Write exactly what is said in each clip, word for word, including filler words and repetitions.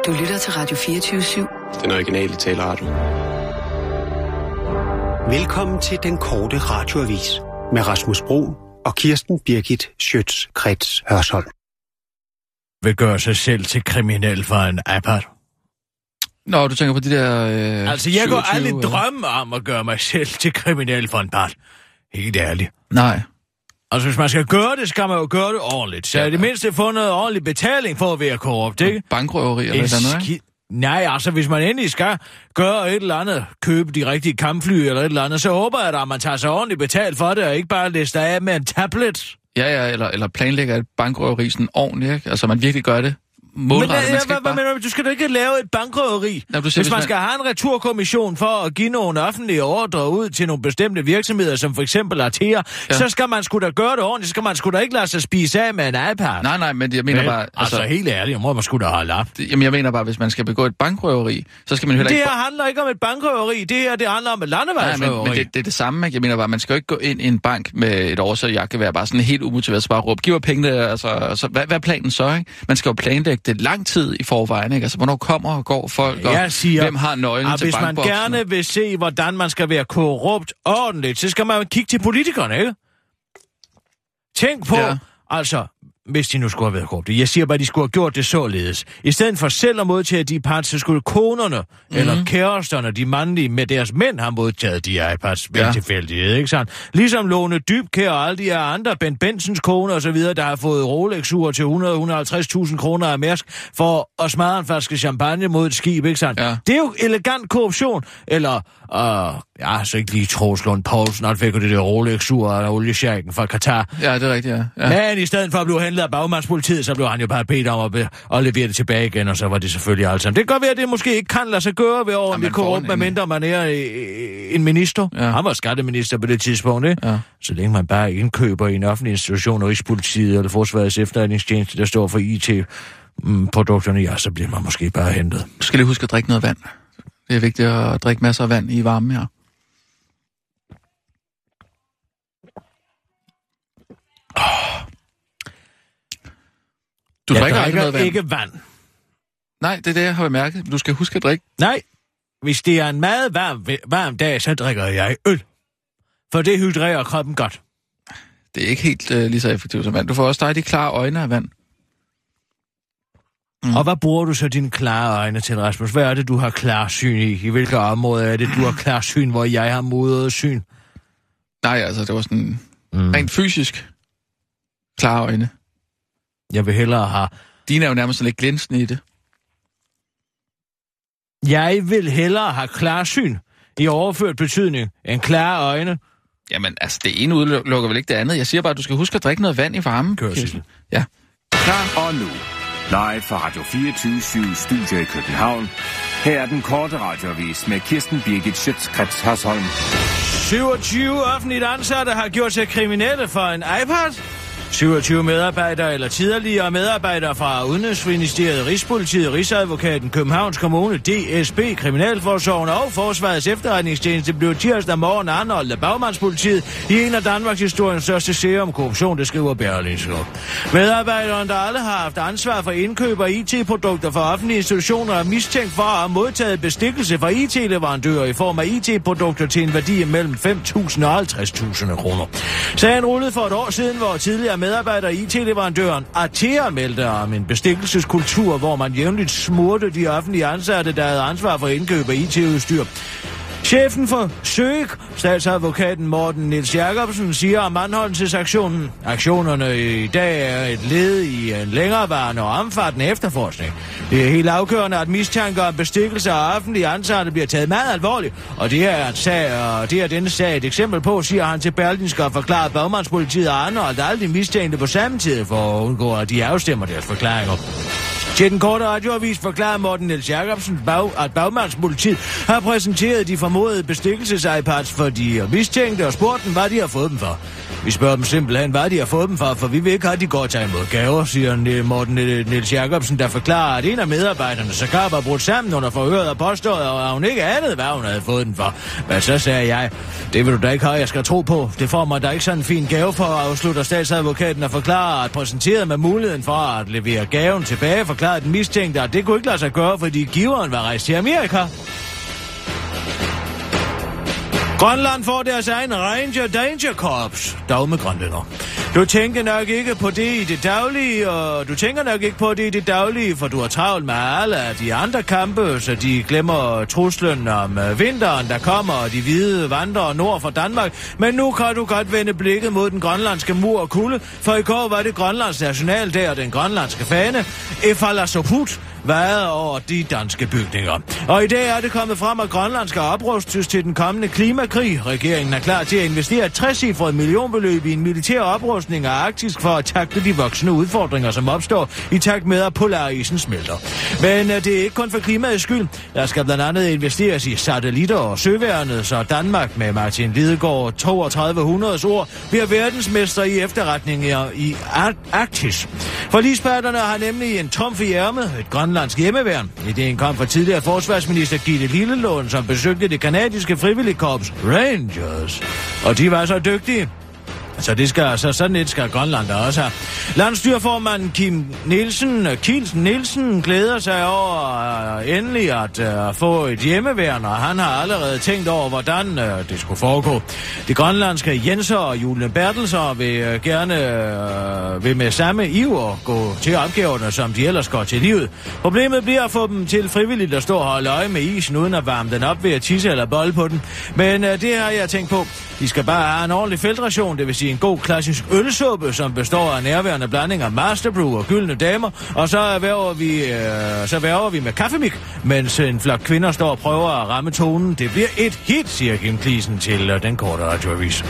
Du lytter til Radio fireogtyve syv. Den originale taleradio. Velkommen til den korte radioavis med Rasmus Bro og Kirsten Birgit Schøtz-Krets Hørsholm. Vil gøre sig selv til kriminel for en iPad. Nå, du tænker på de der... Øh, altså, jeg syvogtyve, går aldrig eller? drømme om at gøre mig selv til kriminel for en part. Helt ærligt. Nej. Altså, hvis man skal gøre det, skal man jo gøre det ordentligt. Så ja, i det mindste få noget ordentlig betaling for at være korrupt, ikke? Bankrøveri eller noget, ikke? Nej, altså, hvis man endelig skal gøre et eller andet, købe de rigtige kampfly eller et eller andet, så håber jeg da, at man tager sig ordentligt betalt for det, og ikke bare lister af med en tablet. Ja, ja, eller, eller planlægger et bankrøveri sådan ordentligt, ikke? Altså, man virkelig gør det målrettet. Men, ja, hvad mener du? Du skal da ikke lave et bankrøveri. Ja, hvis, hvis man skal have en returkommission for at give nogle offentlige ordre ud til nogle bestemte virksomheder, som for eksempel Artea, ja. så skal man sgu da gøre det ordentligt. Så skal man sgu da ikke lade sig spise af med en iPad. Nej, nej, men jeg mener men, bare... Altså, altså helt ærligt, må man sgu da holde op. Jamen, jeg mener bare, hvis man skal begå et bankrøveri, så skal man heller det ikke... Det her handler ikke om et bankrøveri. Det her, det handler om et landevejsrøveri. Nej, men, men det, det er det samme, ikke? Jeg mener bare, man skal jo ikke gå ind i en bank med et oversætterjakkevær, bare sådan helt umotiveret, så bare råbe, giv mig pengene, altså... Så, hvad, hvad er planen så, ikke? Man skal jo planlægge det lang tid i forvejen, ikke? Altså, hvornår kommer og går folk, og siger, hvem har nøglen til hvis bankboksen? Hvis man gerne vil se, hvordan man skal være korrupt ordentligt, så skal man jo kigge til politikerne, ikke? Tænk på, ja. altså, hvis de nu skulle have været korrupte. Jeg siger bare, at de skulle have gjort det således. I stedet for selv at modtage de parts, så skulle konerne, mm-hmm. eller kæresterne, de mandlige med deres mænd, har modtaget de iPads ved ja. tilfældighed, ikke sandt? Ligesom Lone Dybkjær og alle de her andre, Ben Bensens kone og så videre, der har fået Rolex-ure til hundrede til hundrede og halvtreds tusind kroner af Mærsk for at smadre en flaske champagne mod et skib, ikke sandt? Ja. Det er jo elegant korruption. Eller, øh, ja, så ikke lige Troels Lund Poulsen, han fik jo det der Rolex-ure af oliesjækken fra Katar. Ja, det er rigtigt, ja. ja. Men i stedet for at blive handlet af bagmandspolitiet, så blev han jo bare bedt om at, be- at levere det tilbage igen, og så var det selvfølgelig alt sammen. Det kan godt være, at det måske ikke kan lade sig gøre ved ordentligt ja, korrupt, medmindre man er en minister. Ja. Han var skatteminister på det tidspunkt, ikke? Ja. Så længe man bare indkøber i en offentlig institution, og Rigspolitiet eller Forsvarets efterretningstjeneste, der står for I T-produkterne, ja, så bliver man måske bare hentet. Du skal lige huske at drikke noget vand. Det er vigtigt at drikke masser af vand i varme her. Oh. Du jeg drikker, drikker noget vand. ikke vand. Nej, det er det, jeg har bemærket. Du skal huske at drikke. Nej, hvis det er en meget varm, varm dag, så drikker jeg øl. For det hydrerer kroppen godt. Det er ikke helt uh, lige så effektivt som vand. Du får også dig de klare øjne af vand. Mm. Og hvad bruger du så dine klare øjne til, Rasmus? Hvad er det, du har klarsyn i? I hvilke områder er det, du har klarsyn, hvor jeg har modret syn? Nej, altså, det var sådan mm. rent fysisk klare øjne. Jeg vil hellere have... Dine er jo nærmest sådan lidt glinsende i det. Jeg vil hellere have klarsyn i overført betydning end klare øjne. Jamen, altså, det ene udelukker vel ikke det andet. Jeg siger bare, at du skal huske at drikke noget vand i varmen. Kørsel. Ja. Klar. Og nu, live fra Radio fireogtyve syv Studio i København. Her er den korte radioavis med Kirsten Birgit Schøtz-Krets Hørsholm. syvogtyve offentligt ansatte har gjort sig kriminelle for en iPad. syvogtyve medarbejdere eller tidligere medarbejdere fra Udenrigsministeriet, Rigspolitiet, Rigsadvokaten, Københavns Kommune, D S B, Kriminalforsorgen og Forsvarets efterretningstjeneste blev tirsdag morgen anholdt af bagmandspolitiet i en af Danmarks historiens største serier om korruption, det skriver Berlingske. Medarbejderne, der alle har haft ansvar for indkøb af I T-produkter for offentlige institutioner, er mistænkt for at have modtaget bestikkelse fra I T-leverandører i form af I T-produkter til en værdi af mellem fem tusind og halvtreds tusind kroner. Sagen rullede for et år siden, hvor tidligere medarbejdere i I T-leverandøren Artea meldte om en bestikkelseskultur, hvor man jævnligt smurte de offentlige ansatte, der havde ansvar for indkøb af I T-udstyr. Chefen for Søg, statsadvokaten Morten Niels Jacobsen, siger om anholdelsesaktionen. Aktionerne i dag er et led i en længerevarende og omfattende efterforskning. Det er helt afgørende, at mistanker om bestikkelse af offentlige ansatte bliver taget meget alvorligt, og det er en sag, og det er denne sag et eksempel på, siger han til Berlingske og forklarer bagmandspolitiet og anholdt alle de mistænkte på samme tid for at undgå, at de afstemmer deres forklaringer. Til den korte radioavis forklarer Morten Niels Jacobsen, bag, at bagmandspolitiet har præsenteret de formodede bestikkelses-iPads for de mistænkte og spurgte dem, hvad de har fået dem for. Vi spørger dem simpelthen, hvad de har fået dem for, for vi vil ikke have, at de går og tager imod gaver, siger Morten Niels Jacobsen, der forklarer, at en af medarbejderne sågar var brudt sammen under forhøret og påstået, og hun ikke anede, hvad hun havde fået den for. Men så sagde jeg, det vil du da ikke have, jeg skal tro på. Det får mig da ikke sådan en fin gave for, afslutter statsadvokaten og forklarer, at præsenteret med muligheden for at levere gaven tilbage, forklarede den mistænkte, at det kunne ikke lade sig gøre, fordi giveren var rejst til Amerika. Grønland får deres egen Ranger Danger Corps, dog med grønlænder. Du tænker nok ikke på det i det daglige, og du tænker nok ikke på det i det daglige, for du har travlt med alle af de andre kampe, så de glemmer truslen om vinteren, der kommer, og de hvide vandrer nord for Danmark. Men nu kan du godt vende blikket mod den grønlandske mur og kulde, for i går var det Grønlands nationaldag, og den grønlandske fane, Ifalasuoqut, vejede over de danske bygninger. Og i dag er det kommet frem, at Grønland skal oprustes til den kommende klimakrig. Regeringen er klar til at investere et trecifret millionbeløb i en militær oprustning af Arktis for at takle de voksende udfordringer, som opstår i takt med, at polarisen smelter. Men det er ikke kun for klimaets skyld. Der skal blandt andet investeres i satellitter og søværnet, så Danmark med Martin Lidegaard toogtredive hundredes ord bliver verdensmester i efterretninger i Arktis. Forligsparterne har nemlig en trumf i ærmet, et grønlandsk hjemmeværn. Ideen kom fra tidligere forsvarsminister Gitte Lillelund, som besøgte det kanadiske frivilligkorps Rangers. Og de var så dygtige. Så det skal så sådan et skal Grønland også have. Landsstyreformanden Kim Nielsen, Kielsen Nielsen glæder sig over uh, endelig at uh, få et hjemmeværn, og han har allerede tænkt over, hvordan uh, det skulle foregå. De grønlandske Jenser og Julie Bertelser vil uh, gerne uh, vil med samme iver gå til opgaverne, som de ellers går til livet. Problemet bliver at få dem til frivilligt at stå og holde øje med isen, uden at varme den op ved at tisse eller bolle på den. Men uh, det har jeg tænkt på. De skal bare have en ordentlig feltration, det vil sige en god klassisk ølsuppe, som består af nærværende blanding af Masterbrew og gyldne damer, og så erhverver vi, øh, så erhverver vi med kaffemik, mens en flok kvinder står og prøver at ramme tonen. Det bliver et hit, siger Kim Kliesen til øh, den korte radioavis.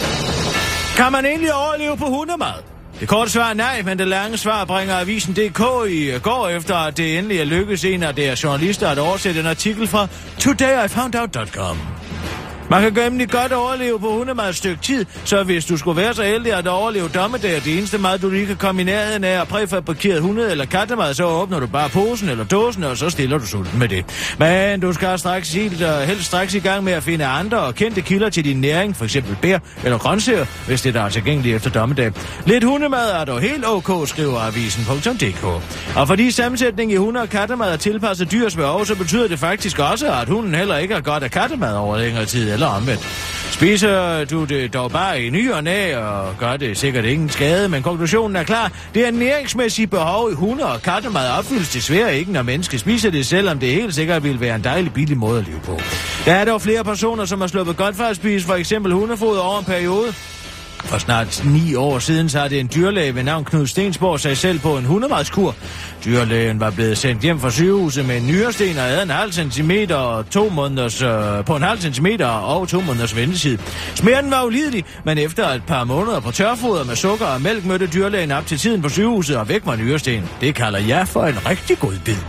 Kan man egentlig overleve på hundemad? Det korte svar er nej, men det lange svar bringer avisen punktum d k i går efter, at det endelig er lykkedes en af deres journalister at oversætte en artikel fra today I found out punktum com. Man kan nemlig godt overleve på hundemad et stykke tid, så hvis du skulle være så heldig at overleve dommedag, det eneste mad, du lige kan komme i nærheden af, er præfabrikeret hunde- eller kattemad, så åbner du bare posen eller dåsen, og så stiller du sulten med det. Men du skal straks, helst straks i gang med at finde andre og kendte kilder til din næring, f.eks. bær eller grøntsager, hvis det der er tilgængeligt efter dommedag. Lidt hundemad er dog helt ok, skriver avisen punktum d k. Og fordi sammensætning i hunde- og kattemad er tilpasset dyrs behov, så betyder det faktisk også, at hunden heller ikke har godt af kattemad over længere tid, eller omvendt. Spiser du det dog bare i ny og næ, og gør det sikkert ingen skade, men konklusionen er klar. Det er næringsmæssige behov i hunde- og kattemad opfyldes desværre ikke, når mennesker spiser det, selvom det helt sikkert vil være en dejlig billig måde at leve på. Der er dog flere personer, som har sluppet godt for at spise for eksempel hundefoder over en periode. For snart ni år siden så har det en dyrlæge ved navn Knud Stensborg sig selv på en hundemadskur. Dyrlægen var blevet sendt hjem fra sygehuset med en nyresten og havde en halv centimeter og to måneders, øh, på en halv centimeter og to måneders ventetid. Smerten var ulidelig, men efter et par måneder på tørfoder med sukker og mælk mødte dyrlægen op til tiden på sygehuset og væk var nyresten. Det kalder jeg for en rigtig god bid.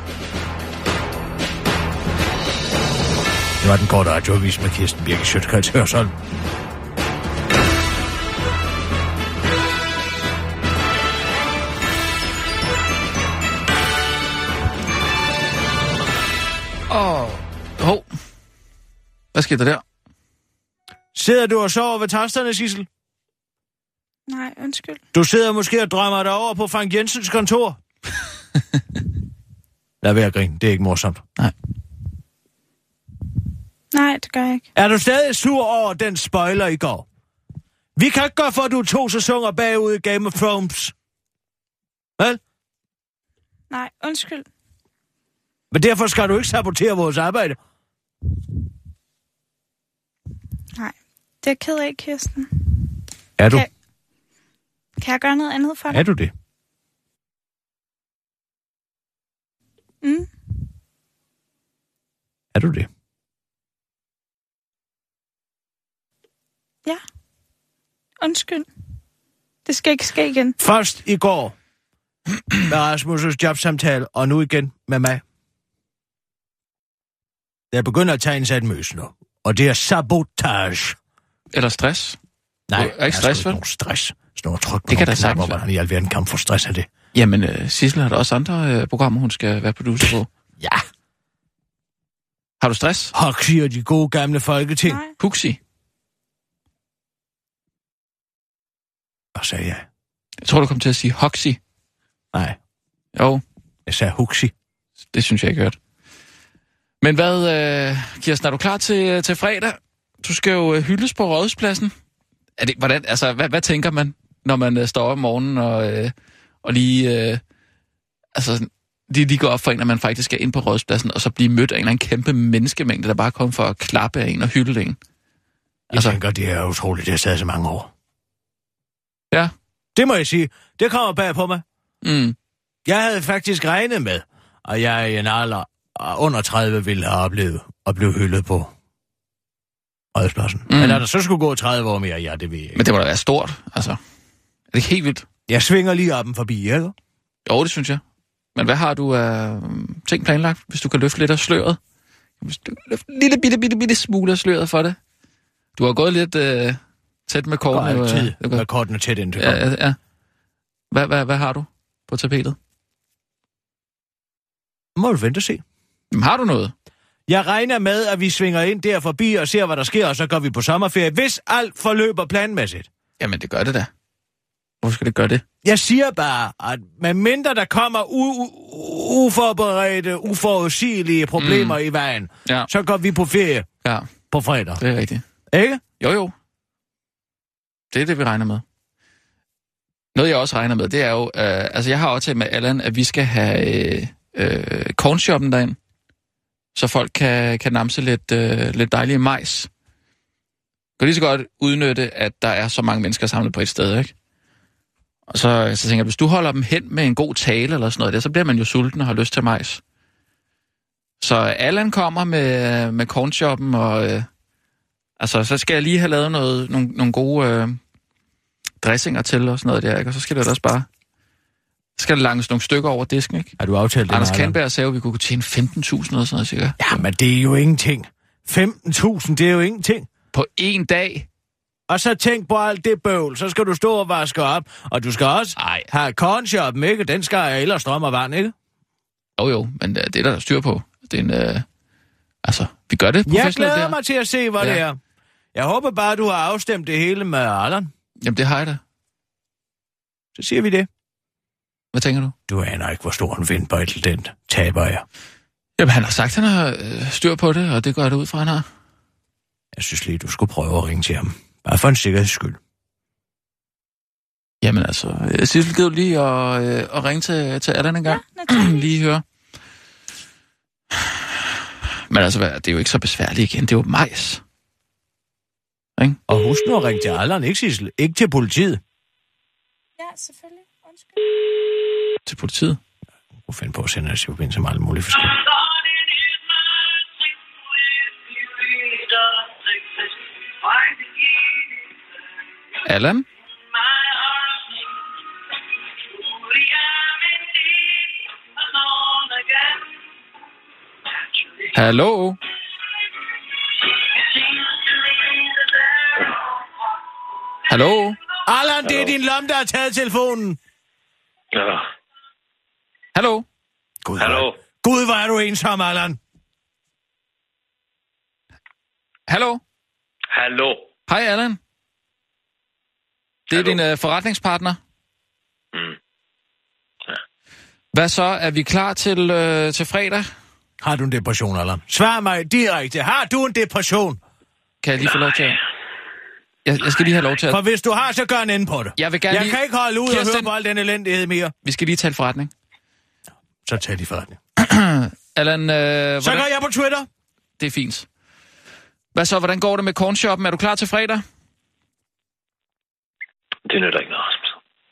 Det var den korte radioavis med Kirsten Birgit Schøtz-Krets Hørsholm. Åh, oh. oh. Hvad skete der der? Sidder du og sover ved tasterne, Sissel? Nej, undskyld. Du sidder måske og drømmer dig over på Frank Jensens kontor. Lad være at grine, det er ikke morsomt. Nej. Nej, det gør jeg ikke. Er du stadig sur over den spoiler i går? Vi kan ikke gøre for, at du to sæsoner bagud i Game of Thrones. Vel? Nej, undskyld. Men derfor skal du ikke sabotere vores arbejde. Nej, det er jeg ked af, Kirsten. Er du? Kan, kan jeg gøre noget andet for dig? Er du det? Mm. Er du det? Ja. Undskyld. Det skal ikke ske igen. Først i går med Rasmus' jobsamtale, og nu igen med mig. Jeg begynder at tegne sig et møs nu, og det er sabotage. Eller stress. Nej, er ikke stress, vel? Nogen stress. Sådan noget tryk på det kan nogle da knapper, sagtens være. hvordan i alverden kan man få stress af det. Jamen, øh, Sissel har der også andre øh, programmer, hun skal være producer på. Ja. Har du stress? Huxi og de gode gamle folketing. Nej. Huxi? Hvad sagde jeg? Jeg tror, du kom til at sige Huxi. Nej, Jo, jeg sagde Huxi. det synes jeg ikke hørt. Men hvad, øh, Kirsten, er du klar til, til fredag? Du skal jo øh, hyldes på Rådhuspladsen. Er det, hvordan, altså, hvad, hvad tænker man, når man øh, står op om morgenen og, øh, og lige, øh, altså, lige, lige går op for en, at man faktisk skal ind på Rådhuspladsen, og så blive mødt af en eller anden kæmpe menneskemængde, der bare kommer for at klappe af en og hylde en? Jeg Altså- tænker, det er utroligt, det har taget så mange år. Ja. Det må jeg sige. Det kommer bag på mig. Mm. Jeg havde faktisk regnet med, at jeg i en alder under tredive ville have oplevet at blive hyldet på Rådhuspladsen. Mm. Men at der så skulle gå tredive år mere, ja, det ved jeg ikke. Men det må da være stort, altså. Er det ikke helt vildt? Jeg svinger lige op forbi, ikke? Jo, det synes jeg. Men hvad har du af øh, ting planlagt, hvis du kan løfte lidt af sløret? Hvis du kan løfte en lille bitte, bitte, bitte smule af sløret for det. Du har gået lidt øh, tæt med Går kortene. altid øh, med kortene tæt ind til Ja, ja, ja. Hvad, hvad, hvad har du på tapetet? Må du vente og se. Jamen, har du noget? Jeg regner med, at vi svinger ind der forbi og ser, hvad der sker, og så går vi på sommerferie, hvis alt forløber planmæssigt. Jamen, det gør det da. Hvorfor skal det gøre det? Jeg siger bare, at med mindre der kommer u- u- uforberedte, uforudsigelige problemer mm. i vejen, Ja. så går vi på ferie Ja, på fredag. det er rigtigt. Ikke? Jo, jo. Det er det, vi regner med. Noget, jeg også regner med, det er jo... Øh, altså, jeg har aftalt med Allan, at vi skal have øh, øh, cornshoppen derind, så folk kan, kan namse lidt, øh, lidt dejlige majs. Kan lige så godt udnytte, at der er så mange mennesker samlet på et sted, ikke? Og så, så tænker jeg, hvis du holder dem hen med en god tale eller sådan noget der, så bliver man jo sulten og har lyst til majs. Så Allan kommer med, med cornshoppen, og øh, altså, så skal jeg lige have lavet noget, nogle, nogle gode øh, dressinger til og sådan noget der, ikke? Og så skal det også bare... Så skal der langes nogle stykker over disken, ikke? Har du aftalt det? Anders med Allan? Kandberg sagde, at vi kunne tjene femten tusind eller sådan noget, sikkert. Ja, men det er jo ingenting. femten tusind, det er jo ingenting. På én dag? Og så tænk på alt det bøvl, så skal du stå og vaske op. Og du skal også Ej. have cornshoppen, ikke? Den skal jeg ellers strøm og vand, ikke? Jo jo, men uh, det er der, der styr på. Det er en... Uh, altså, vi gør det professionelt. Jeg glæder der. mig til at se, hvad Ja. det er. Jeg håber bare, du har afstemt det hele med Allan. Jamen, det har jeg da. Så siger vi det. Hvad tænker du? Du aner ikke, hvor stor en vindbøjtel den taber jeg. Jamen, han har sagt, at han har øh, styr på det, og det går jeg da ud fra, han har. Jeg synes lige, du skulle prøve at ringe til ham. Bare for en sikkerheds skyld. Jamen altså, øh, Sissel, gider du lige at, øh, at ringe til, til Allan en gang? Ja, naturligvis. Lige høre. Men altså, hvad, det er jo ikke så besværligt igen. Det er jo majs. Ikke? Og husk nu at ringe til Allan, ikke Sissel? Ikke til politiet. Ja, selvfølgelig. Undskyld. Til politiet. Du kunne finde på at sende os i forbindelse med alle mulige forskellige. Allan? Hallo? Hallo? Allan, det er din lom, der har taget telefonen. Ja. Hallo? Gud, Hallo? Hvor, Gud, hvor er du ensom, Allan. Hallo? Hallo? Hej, Allan. Det er Hallo? din uh, forretningspartner. Mm. Ja. Hvad så? Er vi klar til, uh, til fredag? Har du en depression, Allan? Svar mig direkte. Har du en depression? Kan jeg lige få lov til at... Jeg, jeg skal lige have lov til at... For hvis du har, så gør en ende på det. Jeg vil gerne Jeg lige... kan ikke holde ud og Kirsten- høre på al den elendighed mere. Vi skal lige tale forretning. Så tag de forretning. Allan, øh, hvordan... Så går jeg på Twitter. Det er fint. Hvad så? Hvordan går det med cornshoppen? Er du klar til fredag? Det nytter ikke noget, Rasmus.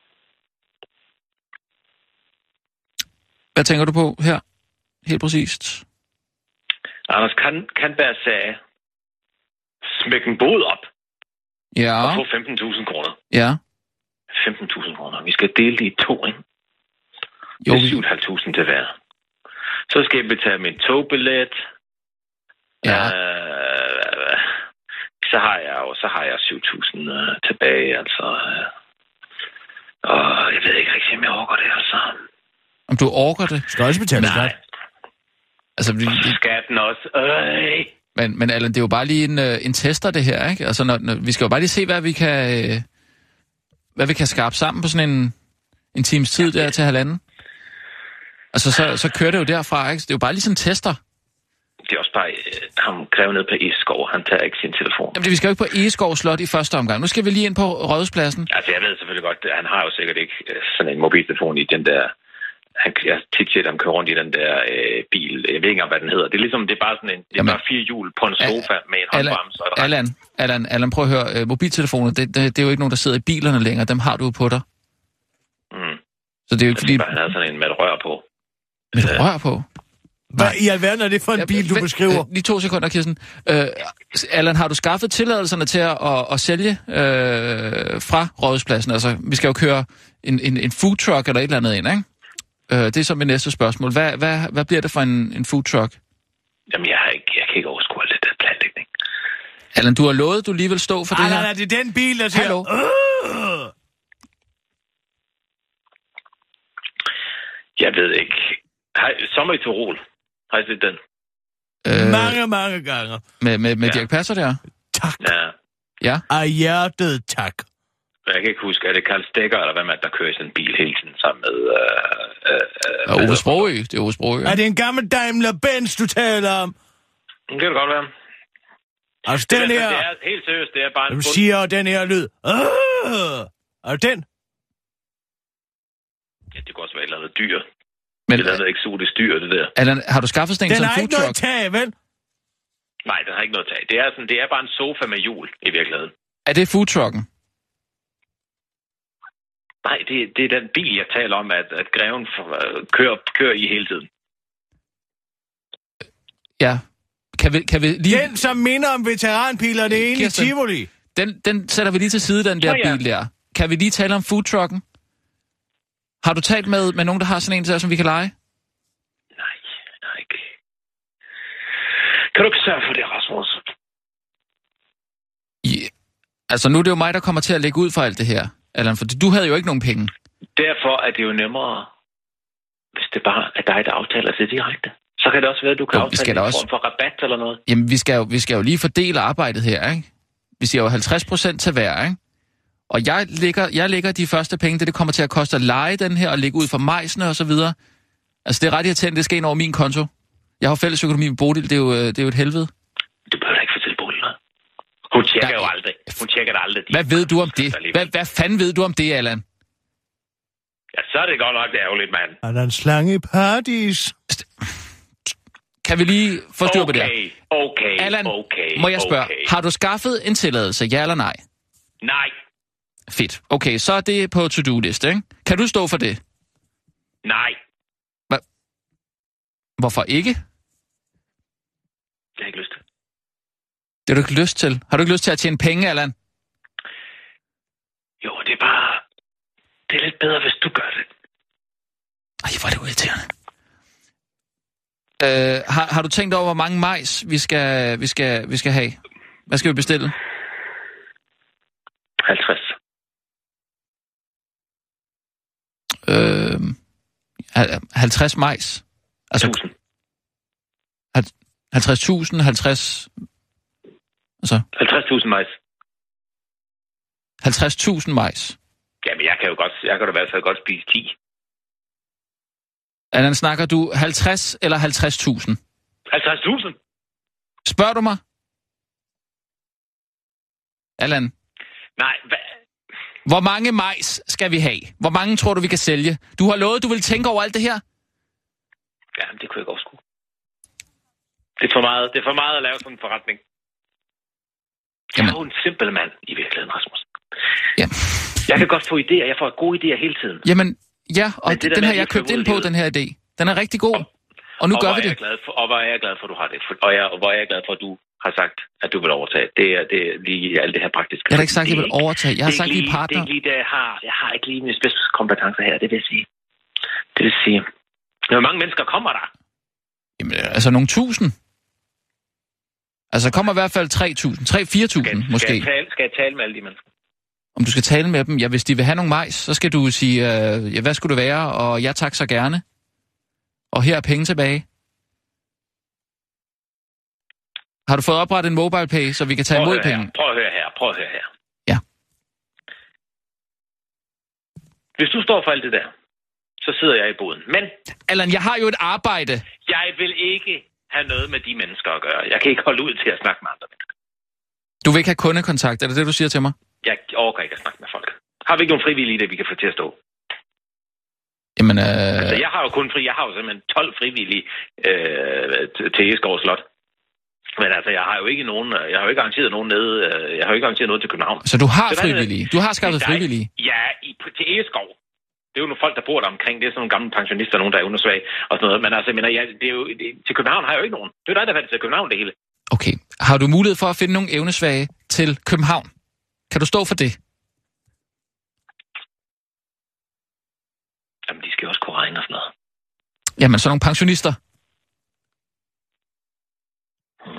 Hvad tænker du på her? Helt præcist. Anders kan, Kandberg sagde, smæk en bod op Ja. og få femten tusind kroner. Ja. femten tusind kroner. Vi skal dele det i to, ikke? Jo, Det er vi... syv tusind fem hundrede til hver. Så skal jeg betale min togbillet. Ja. Øh, så så har jeg jo så har jeg syv tusind øh, tilbage, altså. Øh, og jeg ved ikke rigtig, om jeg overgår det, altså. Om du overgår det? Skal også betale Nej. skat. Altså, vi, Og så skal den også. Øh. men, men Allan, det er jo bare lige en, øh, en tester, det her, ikke? Altså, når, når, vi skal jo bare lige se, hvad vi kan, øh, hvad vi kan skabe sammen på sådan en, en times tid der til halvanden. Altså, så, så kører det jo derfra, ikke? Så det er jo bare lige sådan en tester. Det er også bare øh, ham grev ned på Egeskov. Han tager ikke sin telefon. Jamen, vi skal jo ikke på Egeskov Slot i første omgang. Nu skal vi lige ind på Rådhuspladsen. Altså, jeg ved selvfølgelig godt, han har jo sikkert ikke øh, sådan en mobiltelefon i den der... Han, jeg tit set ham køre rundt i den der øh, bil. Jeg ved ikke engang, hvad den hedder. Det er ligesom, det er bare sådan en... Det er Jamen, bare fire hjul på en sofa Al- med en håndbremse og et Allan, Allan, Allan, prøv at høre. Øh, mobiltelefoner, det, det, det er jo ikke nogen, der sidder i bilerne længere. Dem har du jo på dig. Mm. Så det er jo ikke Jeg fordi... bare, han havde sådan en med et rør på. Med et rør på? Hvad i alverden er det for en Ja, bil, du vent, beskriver? Øh, lige to sekunder, Kirsten. Øh, Allan, har du skaffet tilladelserne til at, at, at sælge øh, fra Rådhuspladsen? Altså, vi skal jo køre en, en, en food truck eller et eller andet ind, ikke? Øh, det er så mit næste spørgsmål. Hvad, hvad, hvad bliver det for en, en food truck? Jamen, jeg, har ikke, jeg kan ikke overskue alt det der planlægning. Allan, du har lovet, du lige vil stå for Ej, det her. nej, nej, det er den bil, der siger... Hallo? Øh! Jeg ved ikke. Hej, Sommer i Tirol. Har I set den? Øh, Mange, mange gange. med med, med Ja. Dirch Passer der? Tak. Ja. Ja. Af hjertet, tak. Jeg kan ikke huske, er det Karl Stegger, eller hvad man der kører i sådan en bil hele tiden sammen med... Øh, øh, Og Ove Sprogø. Det er Ove Sprogø. Er det en gammel Daimler-Benz, du taler om? Det kan det godt være. Altså, Det, den er, her... det er helt seriøst, det er bare en Du bund. siger den her lyd. Øh! Er det den? Ja, det kunne også være et eller andet dyr. Men Et eller andet eksotisk dyr, det der. Allan, har du skaffet sådan en Den som har food ikke noget truck? tag, vel? Nej, den har ikke noget tag. Det er, sådan, det er bare en sofa med hjul, i virkeligheden. Er det food trucken? Nej, det, det er den bil, jeg taler om, at, at greven for, uh, kører, kører i hele tiden. Ja. Kan vi, kan vi lige... Den, som minder om veteranbiler, det er inde i Kirsten. Tivoli. Den, den sætter vi lige til side, den der Nå, ja. bil der. Kan vi lige tale om food trucken? Har du talt med, med nogen, der har sådan en der, som vi kan lege? Nej, jeg har ikke. Kan du ikke sørge for det, Rasmus? Ja. Altså, nu er det jo mig, der kommer til at lægge ud for alt det her, Allan, for du havde jo ikke nogen penge. Derfor er det jo nemmere, hvis det bare er dig, der aftaler det direkte. Så kan det også være, at du kan Jo, vi aftale skal da en også- form for rabat eller noget. Jamen, vi skal jo, vi skal jo lige fordele arbejdet her, ikke? Vi siger jo halvtreds procent til hver, ikke? Og jeg lægger, jeg lægger de første penge, det, det kommer til at koste at lege den her, og lægge ud for majsene og så videre. Altså, det er ret irriterende, det skal ind over min konto. Jeg har fælles økonomi med Bodil, det er jo, øh, det er jo et helvede. Du behøver da ikke fortælle Bodil noget. Hun tjekker Nej. jo aldrig. Hun tjekker da aldrig. De Hvad ved du om det? alligevel. Hvad, hvad fanden ved du om det, Allan? Ja, så er det godt nok ærgerligt, mand. Er der en slange i paradis? Kan vi lige få styr på det her? Okay, okay, Allan, okay, må jeg spørge, okay. har du skaffet en tilladelse, ja eller nej? Nej, Fedt. Okay, så er det på to-do-liste, ikke? Kan du stå for det? nej. Hvorfor ikke? Jeg har ikke lyst til. Det har du ikke lyst til. Har du ikke lyst til at tjene penge, Allan? Jo, det er bare... Det er lidt bedre, hvis du gør det. Ej, hvor er det irriterende. Øh, har, har du tænkt over, hvor mange majs vi skal, vi skal, vi skal have? Hvad skal vi bestille? halvtreds. Øh, halvtreds majs. Altså tusind. halvtreds tusind, halvtreds... Altså halvtreds tusind majs. halvtreds tusind majs. Jamen, jeg kan jo godt... Jeg kan da i hvert fald godt spise ti. Allan, snakker du halvtreds eller halvtreds tusind? halvtreds tusind? Spørger du mig? Allan, Nej, hvad? hvor mange majs skal vi have? Hvor mange tror du, vi kan sælge? Du har lovet, du vil tænke over alt det her? Jamen, det kunne jeg ikke overskue. Det er for meget, det er for meget at lave sådan en forretning. Jeg Jamen. er jo en simpel mand i virkeligheden, Rasmus. Ja. Jeg kan godt få idéer. Jeg får gode idéer hele tiden. Jamen, ja, og Men det der den med har at jeg lige købt føre ind ud i på, livet. den her idé. Den er rigtig god. Og nu og gør hvor vi er det. jeg glad for, og hvor er jeg glad for, at du har det. Og, jeg, og hvor er jeg glad for, at du har sagt, at du vil overtage. Det er, det er lige alt det her praktiske. Jeg har da ikke sagt, at jeg vil Det er ikke- overtage. Jeg har det er sagt, at ikke vi er lige- partner. Det er ikke lige det, jeg har. Jeg har ikke lige mine spidskompetencer her, det vil sige. Det vil sige. Hvor mange mennesker kommer der? Jamen, altså nogle tusind. Altså, kommer i hvert fald tre tusind, tre til fire tusind måske. Skal jeg, tale, skal jeg tale med alle de mennesker? Om du skal tale med dem, ja, hvis de vil have nogle majs, så skal du sige, øh, ja, hvad skulle det være, og ja tak så gerne. Og her er penge tilbage. Har du fået oprettet en mobile pay, så vi kan tage imod penge? Prøv at høre her, prøv at høre her. Ja. Hvis du står for alt det der, så sidder jeg i boden. Men... Allan, jeg har jo et arbejde. Jeg vil ikke have noget med de mennesker at gøre. Jeg kan ikke holde ud til at snakke med andre mennesker. Du vil ikke have kundekontakt, er det det, du siger til mig? Jeg overgår ikke at snakke med folk. Har vi ikke nogen frivillige, der vi kan få til at stå? Jamen, øh... Altså, jeg har jo kun fri. Jeg har jo simpelthen tolv frivillige øh, til Egeskov Slot. Men altså, jeg har jo ikke nogen, jeg har jo ikke arrangeret nogen nede, jeg har jo ikke arrangeret noget til København. Så du har frivillige? Du har skaffet frivillige? Ja, i, til Egeskov. Det er jo nogle folk, der bor der omkring. Det er sådan nogle gamle pensionister, nogen der er undersvage og sådan noget. Men altså, jeg mener, ja, det er jo, det, til København har jeg jo ikke nogen. Det er jo dig, der fandt til København det hele. Okay. Har du mulighed for at finde nogle evnesvage til København? Kan du stå for det? Jamen, de skal jo også kunne regne og sådan noget. Jamen, så nogle pensionister. Hmm.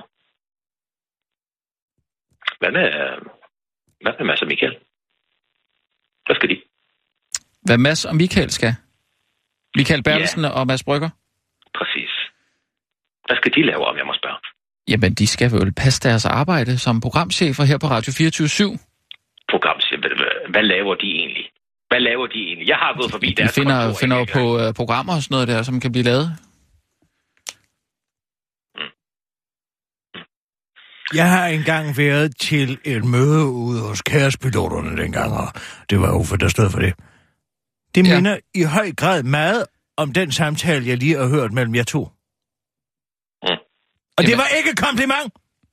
Hvad med, hvad med Mads og Michael? Hvad skal de? Hvad Mads og Michael skal? Michael Bertelsen ja. Og Mads Brygger? Præcis. Hvad skal de lave, om jeg må spørge? Jamen, de skal vel passe deres arbejde som programchefer her på Radio fireogtyve syv. Programchefer? Hvad laver de egentlig? Hvad laver de egentlig? Jeg har gået forbi de deres finder, kontor. De finder jo på uh, programmer og sådan noget der, som kan blive lavet. Mm. Mm. Jeg har engang været til et møde ude hos Kærespiloterne dengang, og det var Uffe, der stod for det. Det ja. minder i høj grad meget om den samtale, jeg lige har hørt mellem jer to. Mm. Og Jamen. det var ikke et kompliment.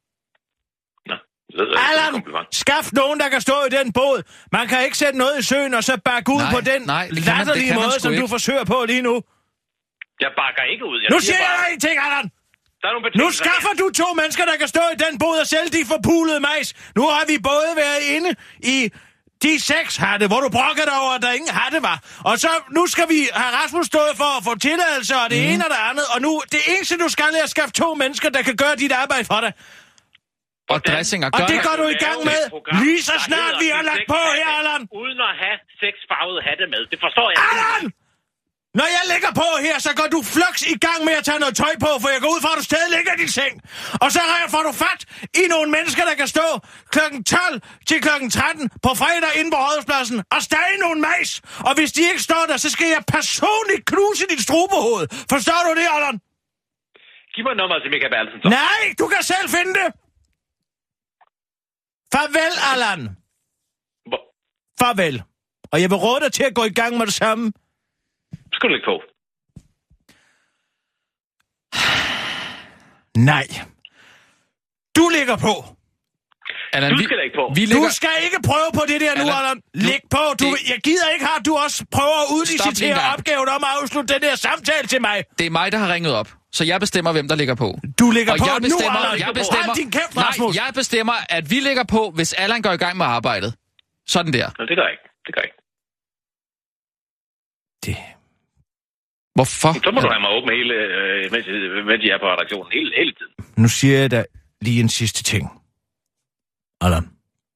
Allan, skaf nogen, der kan stå i den båd. Man kan ikke sætte noget i søen, og så bakke ud nej, på den nej, latterlige måde, som ikke. Du forsøger på lige nu. Jeg bakker ikke ud. Jeg nu siger jeg en ting, Allan. Nu skaffer du to mennesker, der kan stå i den båd og sælge de forpulede majs. Nu har vi både været inde i de seks hatte, hvor du brokkede dig over, at der ingen hatte var. Og så nu skal vi have Rasmus stået for at få tilladelse, og det mm. ene og det andet. Og nu, det eneste, du skal, er at skaffe to mennesker, der kan gøre dit arbejde for dig. Og dressing og gør... Og det går du i gang med, lige så snart vi har lagt på her, Allan. Uden at have seks farvede hatte med. Det forstår jeg. Allan! Når jeg lægger på her, så går du flux i gang med at tage noget tøj på, for jeg går ud fra, at du stadig ligger i din seng. Og så får du fat i nogle mennesker, der kan stå klokken tolv til klokken tretten på fredag inde på Rådhuspladsen og stage nogle majs. Og hvis de ikke står der, så skal jeg personligt knuse dit strubehoved. Forstår du det, Allan? Giv mig nummer til Michael Bertelsen, så. Nej, du kan selv finde det. Farvel, Allan. Hvor? Farvel. Og jeg vil råde dig til at gå i gang med det samme. Skal du lægge på? Nej. Du ligger på. Allan, du skal lægge på. Vi ligger... Du skal ikke prøve på det der Allan, nu, Allan. Læg på. Du, det... Jeg gider ikke have, at du også prøver at udlicitere opgaven om at afslutte den der samtale til mig. Det er mig, der har ringet op. Så jeg bestemmer, hvem der ligger på. Du ligger og på jeg bestemmer, nu, Allan. Jeg bestemmer, din kæft, nej, jeg bestemmer, at vi ligger på, hvis Allan går i gang med arbejdet. Sådan der. Nå, det gør jeg ikke. Det gør jeg ikke. Det... Hvorfor? Så må du have mig åben hele, øh, mens, mens jeg er på redaktionen hele, hele tiden. Nu siger jeg dig lige en sidste ting. Allan.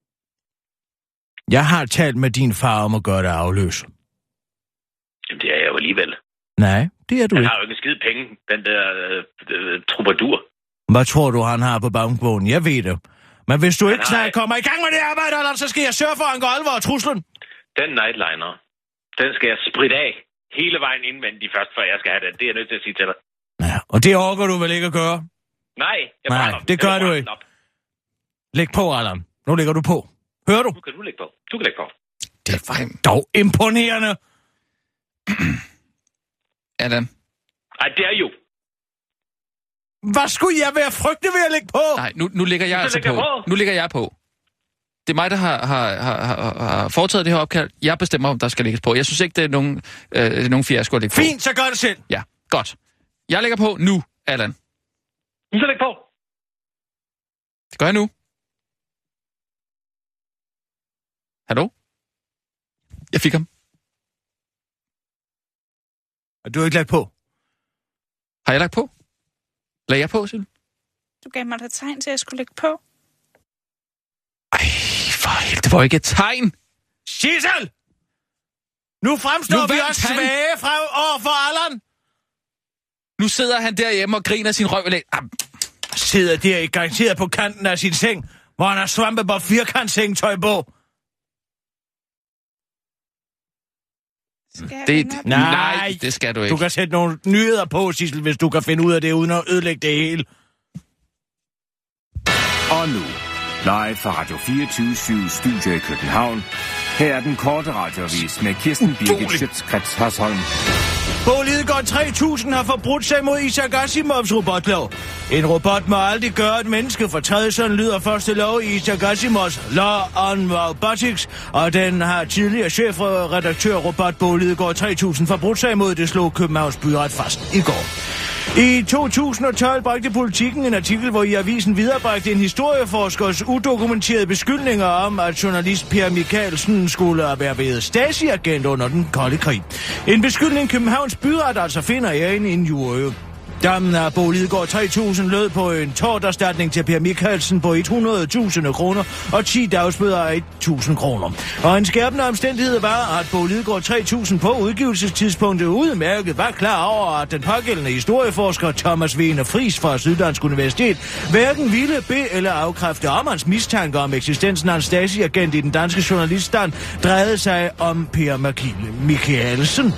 Jeg har talt med din far om at gøre dig afløs. Jamen, det er jeg jo alligevel. Nej, det er du han ikke. Han har jo ikke skide penge, den der øh, øh, troubadour. Hvad tror du, han har på bankbogen? Jeg ved det. Men hvis du han ikke snart har... kommer i gang med det arbejde, Allan, så skal jeg sørge for, at han går alvor og truslen. Den nightliner, den skal jeg spritte af hele vejen indvendigt først, før jeg skal have den. Det er jeg nødt til at sige til dig. Ja, og det overgår du vel ikke at gøre? Nej, jeg Nej, det gør du ikke. Læg på, Allan. Nu lægger du på. Hører du? Nu kan du lægge på. Du kan lægge på. Det var dog imponerende. Allan. Ej, det er jo. Hvad skulle jeg være frygtelig ved at lægge på? Nej, nu, nu ligger jeg altså på. på. Nu ligger jeg på. Det er mig, der har, har, har, har, har foretaget det her opkald. Jeg bestemmer, om der skal lægges på. Jeg synes ikke, det er nogen, øh, det er nogen fiasko at lægge på. Fint, så gør det selv. Ja, godt. Jeg lægger på nu, Allan. Nu så læg på. Det gør jeg nu. Hallo? Jeg fik ham. Og du har ikke lagt på? Har jeg lagt på? Lagde jeg på, Sil? Du gav mig da tegn til, at jeg skulle lægge på. Ej, for helvede, det var ikke et tegn. Sissel! Nu fremstår nu vi også han. svage fra over for Allan. Nu sidder han derhjemme og griner sin røv. Ah. Sidder der i garanteret på kanten af sin seng, hvor han har svampebob firkantsengtøj på. Det, nej, nej, det skal du ikke. Du kan sætte nogle nyheder på, Sissel, hvis du kan finde ud af det, uden at ødelægge det hele. Og nu, live fra Radio fireogtyve syv Studio i København. Her er den korte radioavis med Kirsten Birgit Schøtz-Krets Hasholm. Bo Lidegaard tre tusind har forbrudt sig mod Isaac Asimovs robotlov. En robot må aldrig gøre et menneske fortræde, sådan lyder første lov i Isaac Asimovs Law on Robotics, og den har tidligere chefredaktør robot Bo Lidegaard tre tusind forbrudt sig mod, det slog Københavns byret fast i går. I to tusind og tolv bragte Politikken en artikel, hvor i avisen viderebragte en historieforskers udokumenterede beskyldninger om, at journalist Per Michaelsen skulle have været Stasi-agent under den kolde krig. En beskyldning Københavns byret altså finder i en injurie. Dommen af Bo Lidegaard tre tusind lød på en torterstatning til Per Michaelsen på hundrede tusind kroner og ti dagsbøder af tusind kroner. Og en skærpende omstændighed var, at Bo Lidegaard tre tusind på udgivelsestidspunktet udmærket var klar over, at den pågældende historieforsker Thomas Wiener Friis fra Syddansk Universitet hverken ville be- eller afkræfte om hans mistanker om eksistensen af en Stasi-agent i den danske journaliststand drejede sig om Per Michaelsen.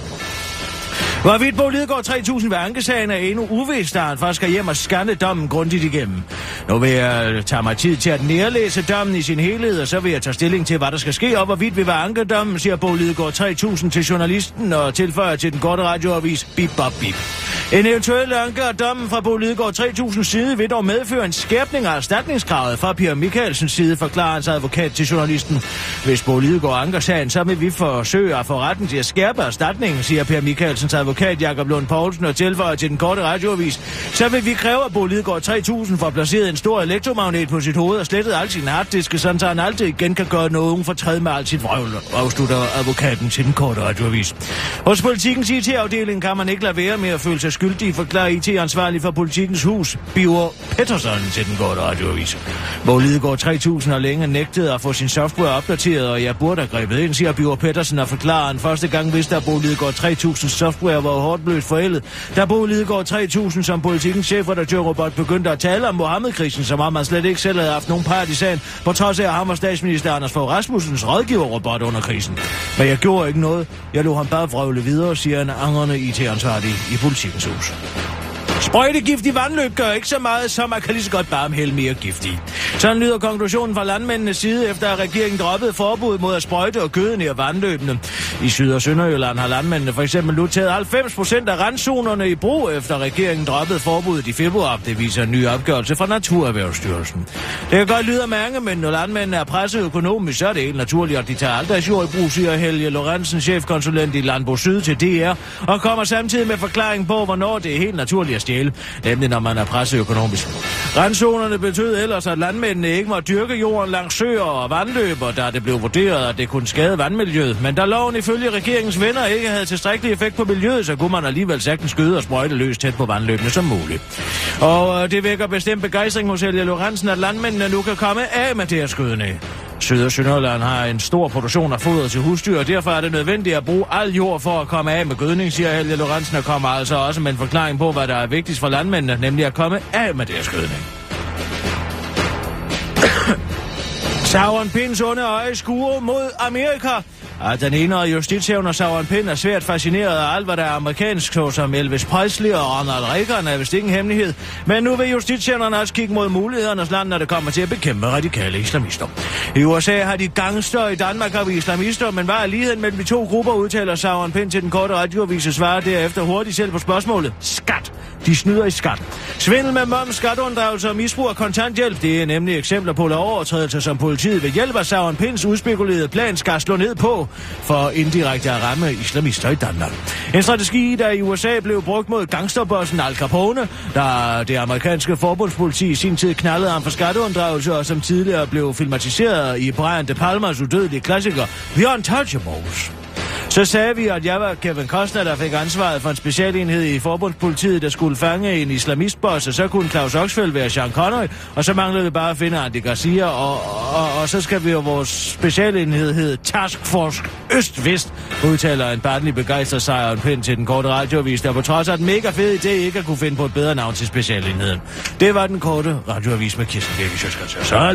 Hvorvidt Bo Lidegaard tre tusind ved ankesagen er endnu uvist, da han først skal hjem og scanne dommen grundigt igennem. Nu vil jeg tage mig tid til at nærlæse dommen i sin helhed, og så vil jeg tage stilling til, hvad der skal ske, og hvorvidt vi vil anke dommen, siger Bo Lidegaard tre tusind til journalisten og tilføjer til den korte radioavis bip bop bip. En eventuel anke af dommen fra Bo Lidegaard tre tusind side vil dog medføre en skærpning af erstatningskravet fra Per Michaelsens side, forklarer hans advokat til journalisten. Hvis Bo Lidegaard anker sagen, så vil vi forsøge at få retten til at skærpe erstatningen, siger Per Michaelsens advokat Jakob Lund Poulsen og tilføjer til den korte radioavis. Så vil vi kræve, at Bo Lidegaard tre tusind får placeret en stor elektromagnet på sit hoved og slettet al sin harddiske, sådan så han aldrig igen kan gøre nogen for træde med alt sit vrøvl, afslutter advokaten til den korte radioavis. Hos Politikens I T-afdeling kan man ikke lade være med at føle sig skyldig, forklarer I T-ansvarlig for Politikens Hus, Biver Pettersson til den korte radioavis. Bo Lidegaard tre tusind har længe nægtet at få sin software opdateret, og jeg burde have grebet ind, siger Biver Pettersson og forklarer, han første gang vidste, at Bo Lidegaard tre tusind software var hårdt blødt forældet. Da Bo Lidegaard tre tusind som Politikens chefredaktør-robot begyndte at tale om Mohammed-krisen, som om han slet ikke selv havde haft nogen part i sagen, på trods af at ham var statsminister Anders Fogh Rasmussens rådgiver-robot under krisen. Men jeg gjorde ikke noget. Jeg lod ham bare vrøvle videre, siger en angrende I T-ansvarlig i Politikens Hus. Sprøjtegift i vandløb gør ikke så meget, som man kan lige så godt bare hælde mere gift i. Sådan lyder konklusionen fra landmændenes side, efter at regeringen droppede forbuddet mod at sprøjte og gøde ned vandløbene. I Syd- og Sønderjylland har landmændene for eksempel nu taget halvfems procent af randzonerne i brug, efter regeringen droppede forbuddet i februar. Det viser en ny opgørelse fra Naturerhvervsstyrelsen. Det kan godt lyde af mange, men når landmændene er presset økonomisk, så er det helt naturligt, at de tager aldersjord i brug, siger Helge Lorentzen, chefkonsulent i Landbrug Syd til D R, og kommer samtidig med forklaring på, hvornår det er helt naturligt at stjæle, nemlig når man er presset økonomisk. Randzonerne betød ellers, at landmændene ikke må dyrke jorden langs søer og vandløber, da det blev vurderet, at det kunne skade vandmiljøet. Men da loven ifølge regeringens venner ikke havde tilstrækkelig effekt på miljøet, så kunne man alligevel sagtens skyde og sprøjte løs tæt på vandløbene som muligt. Og øh, det vækker bestemt begejstring hos Helge Lorentzen, at landmændene nu kan komme af med det her skydende. Syd- og Sønderjylland har en stor produktion af foder til husdyr, og derfor er det nødvendigt at bruge al jord for at komme af med gødning, siger Helge Lorentzen, og kommer altså også med en forklaring på, hvad der er vigtigst for landmændene, nemlig at komme af med deres gødning. Sauron Pinds onde øje skuer mod Amerika. At den ene justitshævner Sauron Pind er svært fascineret af alt, hvad der er amerikansk, såsom Elvis Presley og Ronald Reagan, er vist ingen hemmelighed. Men nu vil justitshævnerne også kigge mod mulighedernes land, når det kommer til at bekæmpe radikale islamister. I U S A har de gangster, i Danmark har vi islamister, men hvad er ligheden mellem de to grupper, udtaler Sauron Pind til den korte radioavis og svarer derefter hurtigt selv på spørgsmålet. Skat! De snyder i skat. Svindel med moms, skatunddragelse og misbrug af kontanthjælp, det er nemlig eksempler på lovovertrædelser, som politiet ved hjælp af Sauron Pinds udspekulerede plan skal slå ned på for indirekte at ramme islamister i Danmark. En strategi, der i U S A blev brugt mod gangsterbossen Al Capone, da det amerikanske forbundspoliti i sin tid knaldede ham for skatteunddragelse, og som tidligere blev filmatiseret i Brian De Palmas udødelige klassiker The Untouchables. Så sagde vi, at jeg var Kevin Costner, der fik ansvaret for en specialenhed i forbundspolitiet, der skulle fange en islamistboss, og så kunne Claus Oxfeldt være Sean Connery, og så manglede vi bare at finde Andy Garcia, og, og, og så skal vi jo vores specialenhed hedde Task Force Øst-Vest, udtaler en barnlig begejstret sejr en pind til den korte radioavis, der på trods af den mega fede idé ikke at kunne finde på et bedre navn til specialenheden. Det var den korte radioavis med Kirsten Birgit Schøtz-Krets. Så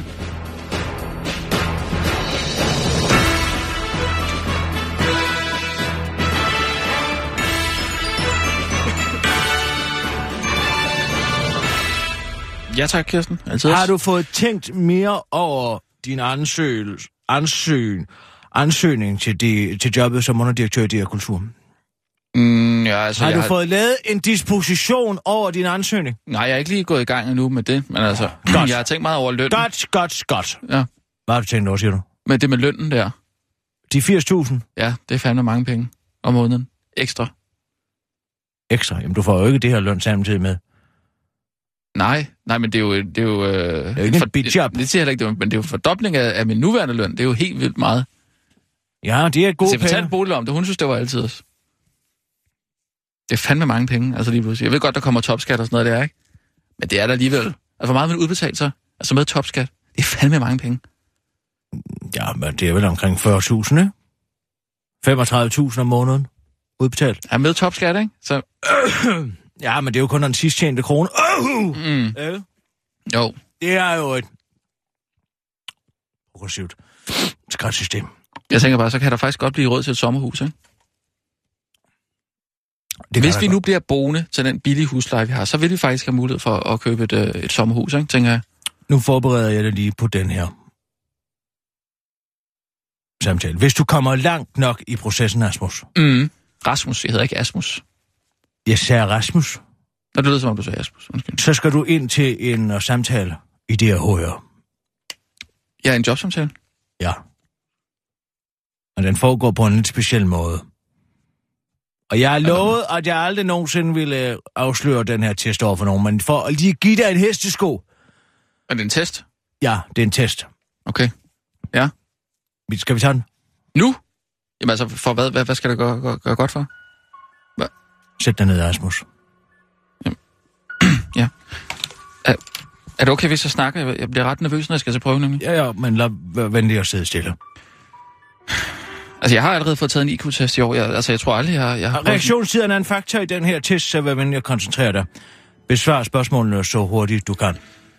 Ja tak, Kirsten. Altid. Har du fået tænkt mere over din ansøg, ansøg, ansøgning til, de, til jobbet som underdirektør i D R Kultur? Mm, ja, altså, har du har... fået lavet en disposition over din ansøgning? Nej, jeg er ikke lige gået i gang endnu med det, men altså, godt. Jeg har tænkt meget over lønnen. Godt, godt, godt. Ja. Hvad har du tænkt over, siger du? Men det med lønnen der. De firs tusind? Ja, det er fandme mange penge om måneden. Ekstra. Ekstra? Jamen, du får jo ikke det her løn samtidig med. Nej, nej, men det er jo... Det er jo, øh, det er jo ikke for, en bidjob. Det, det siger jeg ikke, men det er jo fordobling af, af min nuværende løn. Det er jo helt vildt meget. Ja, det er gode penge. Så jeg fortalte Bodil om det, hun synes, det var altid også. Det er fandme mange penge, altså lige pludselig. Jeg ved godt, der kommer topskat og sådan noget der, ikke? Men det er der alligevel. Altså, hvor meget vil man udbetale sig? Altså med topskat. Det er fandme mange penge. Ja, men det er vel omkring fyrre tusind, ikke? femogtredive tusind om måneden udbetalt. Ja, med topskat, ikke? Så... Ja, men det er jo kun den sidst tjente krone. Uh! Mm. Ja. Jo. Det er jo et progressivt skattesystem. Jeg tænker bare, så kan der faktisk godt blive råd til et sommerhus, ikke? Det Hvis vi nu bliver boende til den billige husleje, vi har, så vil vi faktisk have mulighed for at købe et, et sommerhus, ikke, tænker jeg. Nu forbereder jeg dig lige på den her samtale. Hvis du kommer langt nok i processen, Asmus. Mm. Rasmus, jeg hedder ikke Asmus. Jeg sagde Rasmus. Nå, det lyder som om du sagde Asmus. Undskyld. Så skal du ind til en uh, samtale i D R H R. Ja, en jobsamtale? Ja. Og den foregår på en lidt speciel måde. Og jeg har lovet, at jeg aldrig nogensinde ville afsløre den her test over for nogen, men for at lige give dig en hestesko. Er det en test? Ja, det er en test. Okay. Ja. Skal vi tage den? Nu? Jamen altså, for hvad, hvad, hvad skal det gøre, gøre, gøre godt for? Hvad? Sæt dig ned, Asmus. Jamen. Ja. Er, er det okay, hvis jeg snakker? Jeg bliver ret nervøs, når jeg skal til prøve, nemlig. Ja, ja, men lad være venlig at sidde stille. Altså, jeg har allerede fået taget en I Q-test i år. Jeg, altså, jeg tror aldrig, jeg, jeg har... Reaktionstiden er en faktor i den her test, så vær venlig at koncentrere dig. Besvar spørgsmålene så hurtigt du kan.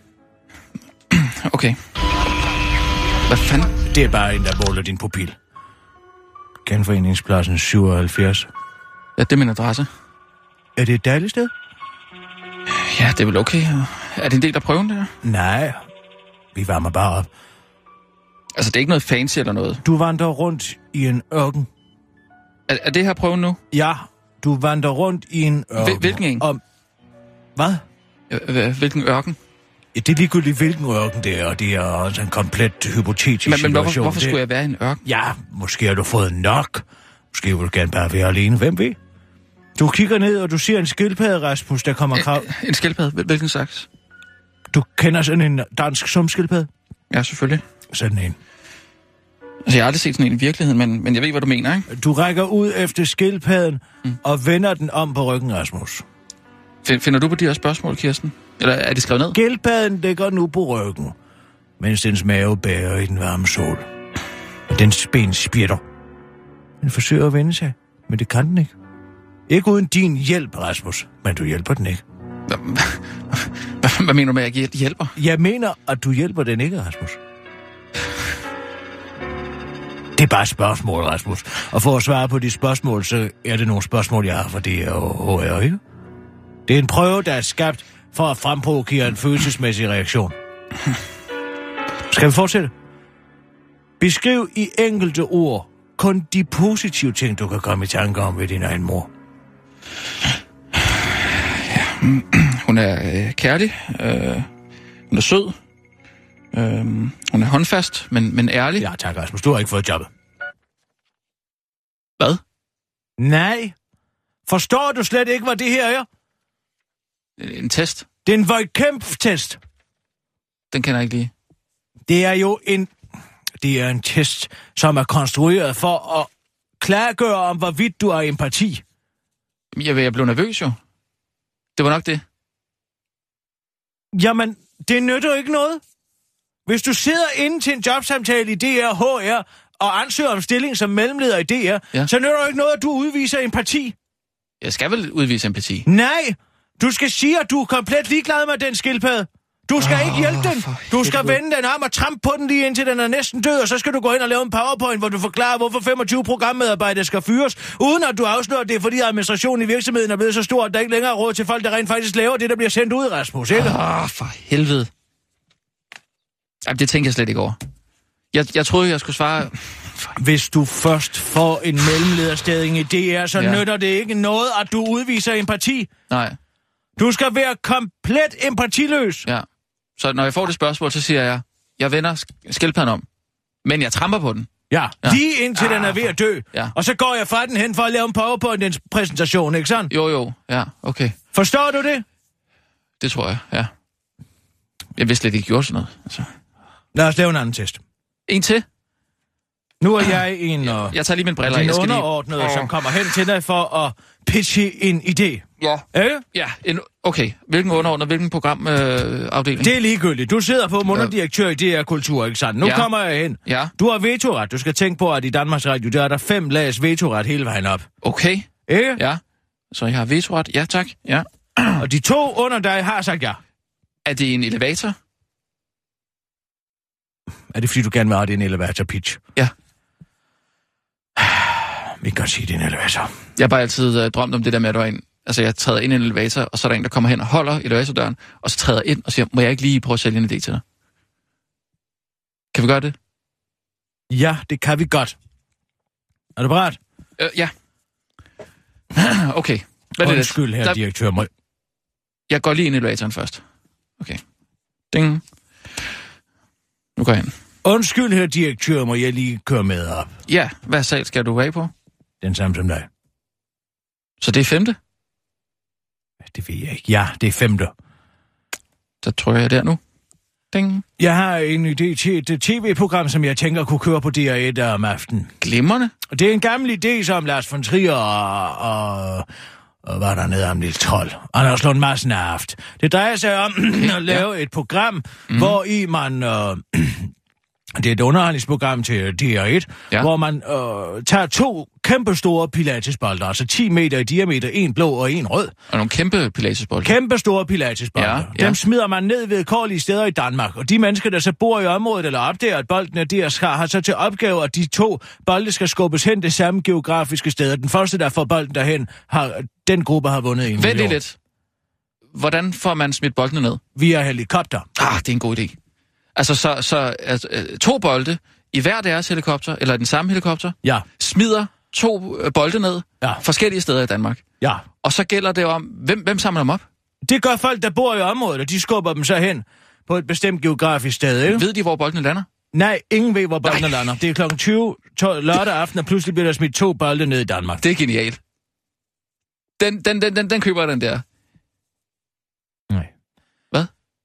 Okay. Hvad fanden? Det er bare en, der måler din pupil. Genforeningspladsen syvoghalvfjerds. Ja, det er min adresse. Er det et dejligt sted? Ja, det er vel okay. Er det en del af prøven, der? Nej, vi varmer bare op. Altså, det er ikke noget fancy eller noget? Du vandrer rundt i en ørken. Er, er det her prøven nu? Ja, du vandrer rundt i en ørken. Hvil, hvilken en? Om... Hvad? Hvilken ørken? Ja, det er ligegyldigt, hvilken ørken det er, og det er også en komplet hypotetisk men, men, situation. Men hvorfor, hvorfor skulle jeg være i en ørken? Ja, måske har du fået nok. Måske vil du gerne bare være alene. Hvem ved? Du kigger ned, og du ser en skildpadde, Rasmus, der kommer krav. En, en skildpadde? Hvilken slags? Du kender sådan en dansk sumskildpadde? Ja, selvfølgelig. Sådan en. Altså, jeg har aldrig set sådan en i virkeligheden, men, men jeg ved, hvad du mener, ikke? Du rækker ud efter skildpadden mm. og vender den om på ryggen, Rasmus. Finder du på de her spørgsmål, Kirsten? Eller er de skrevet ned? Skildpadden ligger nu på ryggen, mens dens mave bærer i den varme sol. Og dens ben spjætter. Den forsøger at vende sig, men det kan den ikke. Ikke uden din hjælp, Rasmus, men du hjælper den ikke. Hvad, hvad mener du med, at jeg hjælper? Jeg mener, at du hjælper den ikke, Rasmus. Det er bare et spørgsmål, Rasmus. Og for at svare på de spørgsmål, så er det nogle spørgsmål, jeg har for det og H R, ikke? Det er en prøve, der er skabt for at fremprovokere en følelsesmæssig reaktion. Skal vi fortsætte? Beskriv i enkelte ord kun de positive ting, du kan komme i tanke om ved din egen mor. Ja, hun er øh, kærlig. Øh, hun er sød. Øh, hun er håndfast, men, men ærlig. Ja, tak, Rasmus. Du har ikke fået jobbet. Hvad? Nej. Forstår du slet ikke, hvad det her er? En test? Det er en Voigt-Kempf-test. Den kender jeg ikke lige. Det er jo en... Det er en test, som er konstrueret for at klargøre om, hvorvidt du har empati. Jeg, jeg blev nervøs jo. Det var nok det. Jamen, det nytter ikke noget. Hvis du sidder inde til en jobsamtale i D R H R og ansøger om stilling som mellemleder i D R, ja. så nytter det ikke noget, at du udviser empati. Jeg skal vel udvise empati? Nej, du skal sige, at du er komplet ligeglad med den skildpadde. Du skal oh, ikke hjælpe den. Du skal helvede. vende den om og trampe på den lige indtil den er næsten død, og så skal du gå ind og lave en powerpoint, hvor du forklarer, hvorfor femogtyve programmedarbejdere skal fyres, uden at du afslører det, fordi administrationen i virksomheden er blevet så stor, at der ikke længere er råd til folk, der rent faktisk laver det, der bliver sendt ud, Rasmus, ikke? Åh, oh, for helvede. Jamen, det tænker jeg slet ikke over. Jeg, jeg troede, jeg skulle svare... Hvis du først får en mellemlederstilling i D R, så ja. nytter det ikke noget, at du udviser empati. Nej. Du skal være komplet empatiløs. Ja. Så når jeg får det spørgsmål, så siger jeg, jeg vender skildpadden om, men jeg tramper på den. Ja, ja. Lige indtil ah, den er ved at dø. Ja. Og så går jeg fra den hen for at lave en PowerPoint-præsentation, ikke sandt? Jo, jo, ja, okay. Forstår du det? Det tror jeg, ja. Jeg vidste slet ikke, gjort sådan noget. Altså. Lad os lave en anden test. En til? Nu er jeg en og... Jeg tager lige mine briller. En jeg skal underordnede, lige... som kommer hen til dig for at pitche en idé. Ja. Øh? Ja, en... okay. Hvilken underordnet, hvilken programafdeling? Øh, det er ligegyldigt. Du sidder på underdirektør i D R Kultur, ikke sandt? Nu ja. kommer jeg hen. Ja. Du har vetoret. Du skal tænke på, at i Danmarks Radio, der er der fem lags vetoret hele vejen op. Okay. Ikke? Ja. Så jeg har vetoret. Ja, tak. Ja. Og de to under dig har sagt ja. Er det en elevator? Er det fordi, du gerne vil have det en elevator pitch? Ja. Vi kan godt sige, det er en elevator. Jeg har bare altid uh, drømt om det der med, at du er en... Altså, jeg træder ind i en elevator, og så er der en, der kommer hen og holder elevatordøren, og så træder ind og siger, må jeg ikke lige prøve at sælge en idé til dig? Kan vi gøre det? Ja, det kan vi godt. Er du parat? Øh, ja. Okay. Hvad er det? Undskyld, herre der... direktør. Må... Jeg går lige ind i elevatoren først. Okay. Ding. Nu går jeg ind. Undskyld, herre direktør, må jeg lige køre med op? Ja, hvad sal skal du af på? Den samme som dig. Så det er femte? Det ved jeg ikke. Ja, det er femte. Så trykker jeg der nu. Ding. Jeg har en idé til et tv-program, som jeg tænker kunne køre på D R et om aftenen. Glimrende. Det er en gammel idé, som Lars von Trier og... og og var der nede om lille trold. Anders Lund Madsen har haft. Det drejer sig om okay, at lave ja. et program, mm. hvor i man... Øh, det er et underholdningsprogram til D R et, ja. hvor man øh, tager to kæmpestore pilatesbolder, altså ti meter i diameter, en blå og en rød. Og nogle kæmpe pilatesbolder? Kæmpestore pilatesbolder. Ja, ja. Dem smider man ned ved kårlige steder i Danmark, og de mennesker, der så bor i området eller opdager, at bolden er der, har så til opgave, at de to bolde skal skubbes hen det samme geografiske sted. Den første, der får bolden derhen, har den gruppe har vundet en million. Vent lidt. Hvordan får man smidt boldene ned? Via helikopter. Ah, det er en god idé. Altså, så, så altså, to bolde i hver deres helikopter, eller den samme helikopter, ja. smider to bolde ned ja. forskellige steder i Danmark. Ja. Og så gælder det om, hvem, hvem samler dem op? Det gør folk, der bor i området, og de skubber dem så hen på et bestemt geografisk sted, ikke? Ved de, hvor boldene lander? Nej, ingen ved, hvor boldene lander. Det er klokken tyve lørdag aften, og pludselig bliver der smidt to bolde ned i Danmark. Det er genialt. Den, den, den, den, den køber den der. Nej. Hvad?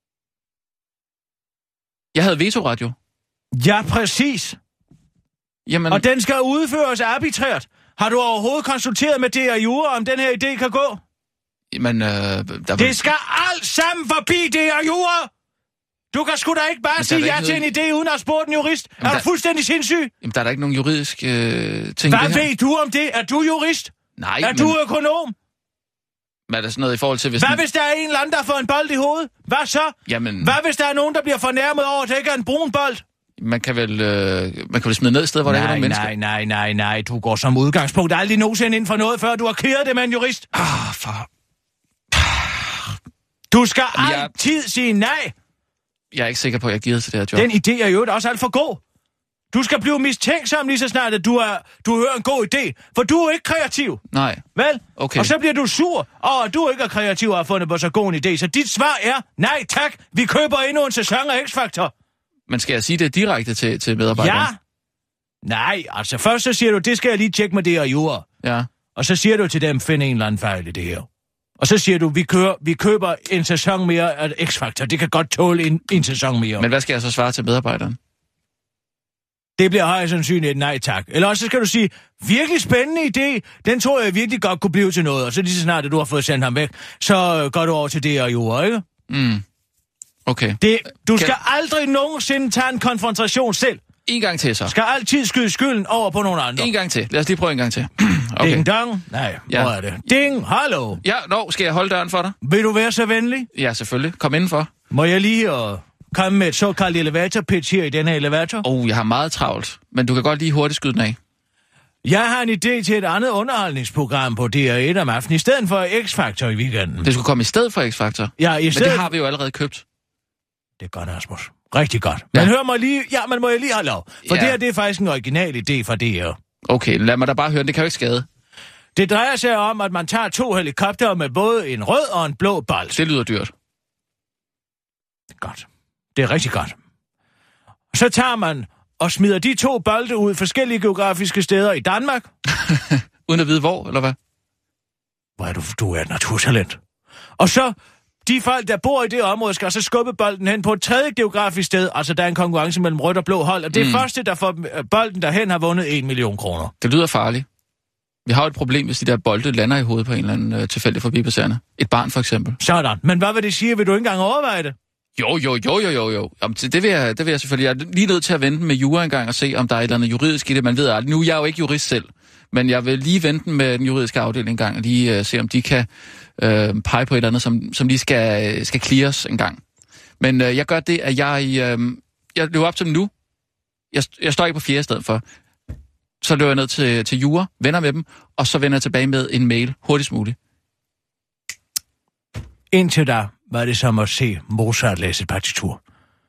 Jeg havde vetoradio. Ja, præcis. Jamen... Og den skal udføres arbitrært. Har du overhovedet konsulteret med D R Jura, om den her idé kan gå? Jamen, øh, der... Det skal alt sammen forbi D R Jura! Du kan sgu da ikke bare sige ja til en idé, uden at spørge en jurist. Jamen, er du der... fuldstændig sindssyg? Jamen, der er da ikke nogen juridisk øh, ting. Hvad ved du om det? Er du jurist? Nej, Er men... du økonom? Hvad er der sådan noget i forhold til, hvis... Hvad den... hvis der er en eller anden, der får en bold i hovedet? Hvad så? Jamen... Hvad hvis der er nogen, der bliver fornærmet over, at det ikke er en brun bold? Man kan vel, øh, man kan vel smide ned et sted, hvor nej, der ikke er nogen nej, mennesker. Nej, nej, nej, nej. Du går som udgangspunkt aldrig nogensinde ind for noget, før du har kæret det med en jurist. Ah, for... Du skal Jamen, jeg... altid sige nej. Jeg er ikke sikker på, at jeg giver til det her job. Den idé er jo også alt for god. Du skal blive mistænksom lige så snart, at du, er, du hører en god idé. For du er ikke kreativ. Nej. Vel? Okay. Og så bliver du sur over, at du ikke er kreativ og har fundet på så god en idé. Så dit svar er, nej tak, vi køber endnu en sæson af X-Factor. Men skal jeg sige det direkte til, til medarbejderen? Ja. Nej, altså først så siger du, det skal jeg lige tjekke med det her jura. Ja. Og så siger du til dem, find en eller anden fejl i det her. Og så siger du, vi, kører, vi køber en sæson mere af X-Factor. Det kan godt tåle en, en sæson mere. Men hvad skal jeg så svare til medarbejderen? Det bliver højst sandsynligt et nej tak. Eller også skal du sige, virkelig spændende idé, den tror jeg virkelig godt kunne blive til noget. Og så lige så snart, at du har fået sendt ham væk, så går du over til det og jord, ikke? Mm. Okay. Det, du kan... skal aldrig nogensinde tage en konfrontation selv. En gang til, så. Skal altid skyde skylden over på nogle andre. En gang til. Lad os lige prøve en gang til. Okay. Ding dong. Nej, ja. hvor er det? Ding, hallo. Ja, nå, skal jeg holde døren for dig? Vil du være så venlig? Ja, selvfølgelig. Kom indenfor. Må jeg lige uh, komme med et såkaldt elevator-pitch her i den her elevator? Åh, oh, jeg har meget travlt, men du kan godt lige hurtigt skyde den af. Jeg har en idé til et andet underholdningsprogram på D R et om aftenen, i stedet for X-Factor i weekenden. Det skulle komme i stedet for X-Factor? Ja, i stedet... Men det har vi jo allerede købt. Det er godt, Rasmus. Rigtig godt. Men ja. Hør mig lige... Ja, men må jeg lige have lov? For ja. det her, det er faktisk en original idé fra D R. Okay, lad mig da bare høre. Det kan jo ikke skade. Det drejer sig om, at man tager to helikoptere med både en rød og en blå bold. Det lyder dyrt. Godt. Det er rigtig godt. Så tager man og smider de to bolde ud forskellige geografiske steder i Danmark. Uden at vide hvor, eller hvad? Hvor er du? Du er et naturtalent. Og så... De folk, der bor i det område, skal så skubbe bolden hen på et tredje geografisk sted. Altså, der er en konkurrence mellem rødt og blå hold. Og det mm. første, der får bolden derhen, har vundet en million kroner. Det lyder farligt. Vi har jo et problem, hvis de der bolde lander i hovedet på en eller anden uh, tilfældig forbipasserende. Et barn, for eksempel. Sådan. Men hvad vil det sige? Vil du ikke engang overveje det? Jo, jo, jo, jo, jo, jo. Jamen, det, vil jeg, det vil jeg selvfølgelig. Jeg er lige nødt til at vente med jura engang og se, om der er et eller andet juridisk i det. Man ved aldrig. Nu er jeg jo ikke jurist selv. Men jeg vil lige vente med den juridiske afdeling en gang og lige uh, se, om de kan øh, pege på et eller andet, som, som lige skal, skal clears en gang. Men øh, jeg gør det, at jeg, øh, jeg løber op til dem nu. Jeg, jeg står ikke på fjerde stedet for. Så løber jeg ned til, til jura, vender med dem, og så vender jeg tilbage med en mail hurtigst muligt. Indtil da var det som at se Mozart læse et partitur.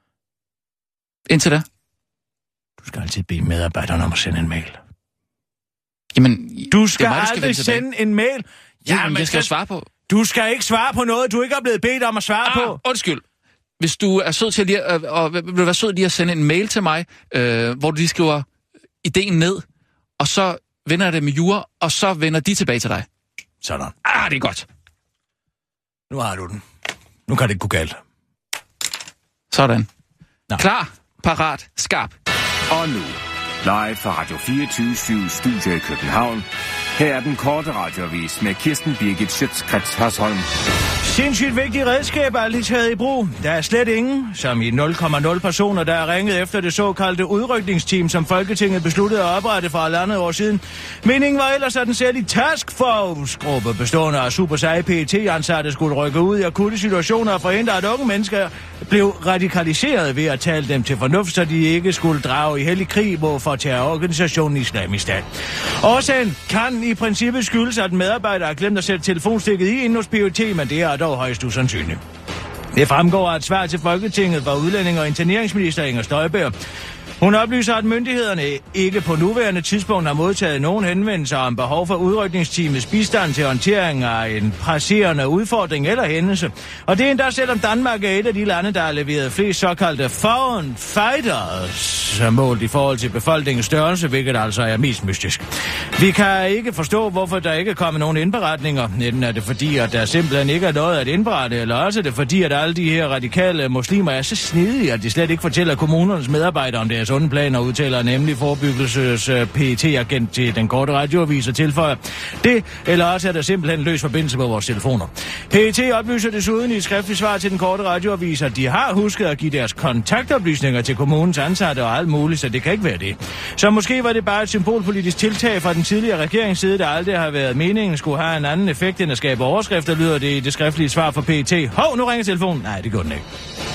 Indtil da? Du skal altid bede medarbejderne om at sende en mail. Jamen, du skal mig, aldrig skal sende en mail. Ja, men jeg skal jo svare på. Du skal ikke svare på noget, du ikke er blevet bedt om at svare ah, på. Undskyld. Hvis du er sød til lige at, og vil du være sød lige at sende en mail til mig, øh, hvor du lige skriver ideen ned, og så vender jeg det med jura, og så vender de tilbage til dig. Sådan. Ah, det er godt. Nu har du den. Nu kan det ikke gå galt. Sådan. Nå. Klar, parat, skarp. Og nu, live fra Radio fireogtyve syv Studio i København. Her er den korte radioavis med Kirsten Birgit Schøtz-Krets Hørsholm. Sindssygt vigtige redskaber er lige taget i brug. Der er slet ingen, som i nul komma nul personer, der er ringet efter det såkaldte udrykningsteam, som Folketinget besluttede at oprette for halvandet år siden. Meningen var ellers, at den særlige taskforce-gruppe bestående af super seje P E T-ansatte skulle rykke ud i akutte situationer og forhindre, at unge mennesker blev radikaliseret ved at tale dem til fornuft, så de ikke skulle drage i hellig krig for terrororganisationen Islamisk Stat. Årsagen kan i princippet skyldes, at medarbejdere har glemt at sætte telefonstikket i inden hos P E T, men det er dog højst usandsynligt. Det fremgår af et svar til Folketinget fra udlænding- og interneringsminister Inger Støjberg. Hun oplyser, at myndighederne ikke på nuværende tidspunkt har modtaget nogen henvendelser om behov for udrykningsteamets bistand til håndtering af en presserende udfordring eller hændelse. Og det er endda selvom Danmark er et af de lande, der har leveret flest såkaldte foreign fighters målt i forhold til befolkningens størrelse, hvilket altså er mest mystisk. Vi kan ikke forstå, hvorfor der ikke er kommet nogen indberetninger. Enten er det fordi, at der simpelthen ikke er noget at indberette, eller også er det fordi, at alle de her radikale muslimer er så snedige, at de slet ikke fortæller kommunernes medarbejdere om deres onde planer, udtaler nemlig forebyggelses P E T-agent til den korte radioavis og tilføjer det, eller også er der simpelthen løs forbindelse på vores telefoner. P E T oplyser desuden i et skriftligt svar til den korte radioavis, at de har husket at give deres kontaktoplysninger til kommunens ansatte og alt muligt, så det kan ikke være det. Så måske var det bare et symbolpolitisk tiltag fra den tidligere regeringsside, der aldrig har været meningen skulle have en anden effekt end at skabe overskrifter, lyder det i det skriftlige svar fra P E T. Hov, nu ringer telefonen. Nej, det gjorde den ikke.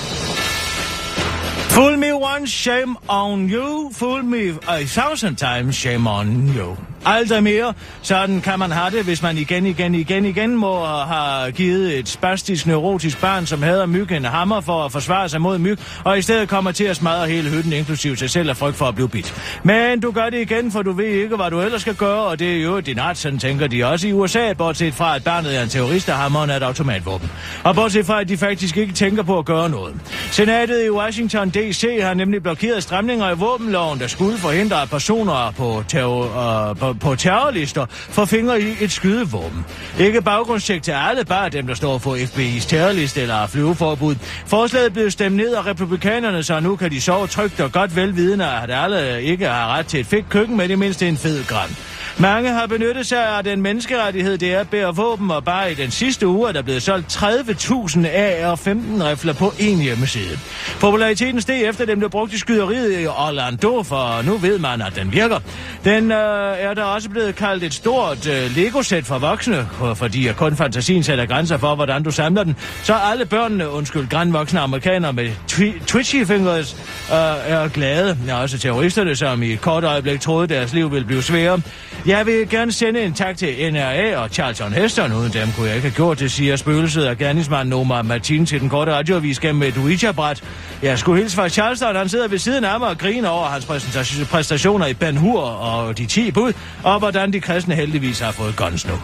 Fool me once, shame on you. Fool me a thousand times, shame on you. Aldrig mere. Sådan kan man have det, hvis man igen, igen, igen, igen må have givet et spastisk, neurotisk barn, som hader myg, en hammer for at forsvare sig mod myg, og i stedet kommer til at smadre hele hytten, inklusiv sig selv, af frygt for at blive bidt. Men du gør det igen, for du ved ikke, hvad du ellers skal gøre, og det er jo din art, sådan tænker de også i U S A, bortset fra, at barnet er en terrorist, og hammeren er et automatvåben. Og bortset fra, at de faktisk ikke tænker på at gøre noget. Senatet i Washington D C har nemlig blokeret stramninger i våbenloven, der skulle forhindre, at personer på terror, uh, på på terrorlister får fingre i et skydevåben. Ikke baggrundstjek til alle, bare dem, der står for F B I's terrorliste eller flyveforbud. Forslaget blev stemt ned af republikanerne, så nu kan de sove trygt og godt velvidende, at alle ikke har ret til et fedt køkken med det mindste en fed græn. Mange har benyttet sig af den menneskerettighed, det er at bære våben, og bare i den sidste uge er der blevet solgt tredive tusind A R femten rifler på én hjemmeside. Populariteten steg efter dem, der brugte skyderiet i Orlando, for nu ved man, at den virker. Den øh, er der også blevet kaldt et stort øh, Lego-sæt for voksne, fordi at kun fantasien sætter grænser for, hvordan du samler den. Så alle børnene, undskyld, grandvoksne amerikanere med twi- twitchy fingers, øh, er glade. Ja, også terroristerne, som i et kort øjeblik troede, deres liv ville blive sværere. Jeg vil gerne sende en tak til N R A og Charlton Heston. Uden dem kunne jeg ikke have gjort det, siger spøgelset af gerningsmanden Omar Martin til den korte radioavis gennem et Ouija-bræt. Jeg skulle hilse fra Charlton, han sidder ved siden af mig og griner over hans præstationer i Ben Hur og de ti bud, og hvordan de kristne heldigvis har fået guns nu.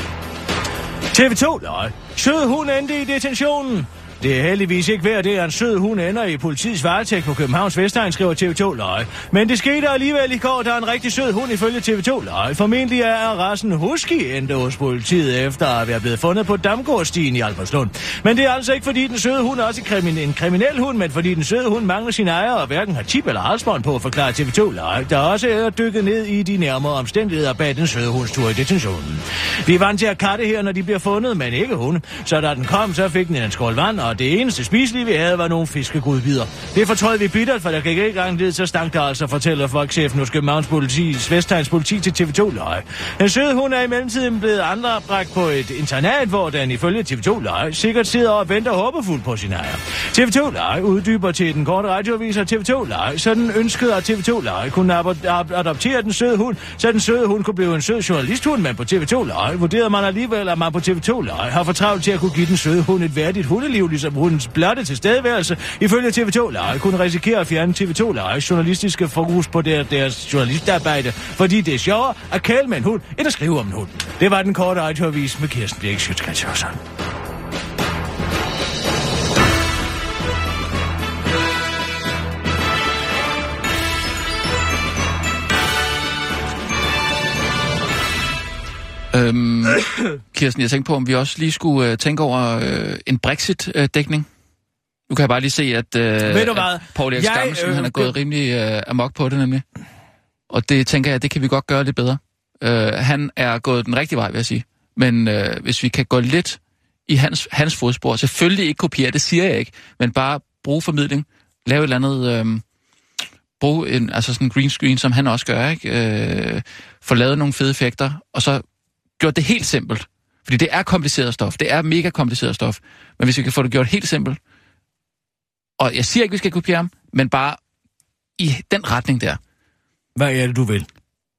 T V to løg. Sød hund endte i detentionen. Det er heldigvis ikke værd, det er en sød hund ender i politiets varetægt på Københavns Vestegn, skriver T V to løg. Men det skete alligevel i går, der er en rigtig sød hund ifølge T V to løg. Formentlig er rassen husky endte hos politiet efter at være blevet fundet på Damgårdstien i Albertslund. Men det er altså ikke fordi den søde hund er også krimin- en kriminel hund, men fordi den søde hund mangler sin ejer og hverken har chip eller halsbånd på, forklarer T V to løg, der også er dykket ned i de nærmere omstændigheder bag den søde hunds tur i detentionen. Vi er vant til at katte her, når de bliver fundet, men ikke hunde. Så da den kom, så fik den en skål vand, og det eneste spiselige, vi havde, var nogle fiskegodbidder. Det fortrød vi bittert, for der gik ikke gang lidt, så stank der altså, fortæller folkechefen hos Københavns Politis Vestegns Politi til T V to løg. Den søde hund er i mellemtiden blevet anbragt på et internat, hvor den ifølge T V to løg sikkert sidder og venter håbefuldt på sin ejer. T V to løg uddyber til den korte radioavis af T V to løg, så den ønskede, at T V to løg kunne adoptere den søde hund, så den søde hund kunne blive en sød journalisthund, men på T V to løg vurderede man alligevel, at man på T V to løg har for travlt til at kunne give den søde hund et værdigt hundeliv, ligesom hundens blotte tilstedeværelse. Ifølge T V to løg kunne risikere at fjerne T V to løgs journalistiske fokus på der, deres journalistarbejde, fordi det er sjovere at kæle med en hund, end at skrive om en hund. Det var den korte radioavis med Kirsten Birgit Schøtz-Krets. Øhm, Kirsten, jeg tænkte på, om vi også lige skulle uh, tænke over uh, en Brexit-dækning. Nu kan jeg bare lige se, at, uh, at Poul Erik Skammelsen, øh, han er gået øh, rimelig uh, amok på det nemlig. Og det tænker jeg, det kan vi godt gøre lidt bedre. Uh, han er gået den rigtige vej, vil jeg sige. Men uh, hvis vi kan gå lidt i hans, hans fodspor, selvfølgelig ikke kopiere, det siger jeg ikke, men bare bruge formidling, lave et eller andet, uh, bruge en, altså sådan en green screen, som han også gør, ikke? Uh, få lavet nogle fede effekter, og så gjort det helt simpelt. Fordi det er kompliceret stof. Det er mega kompliceret stof. Men hvis vi kan få det gjort helt simpelt, og jeg siger ikke, vi skal kopiere ham, men bare i den retning der. Hvad er det, du vil?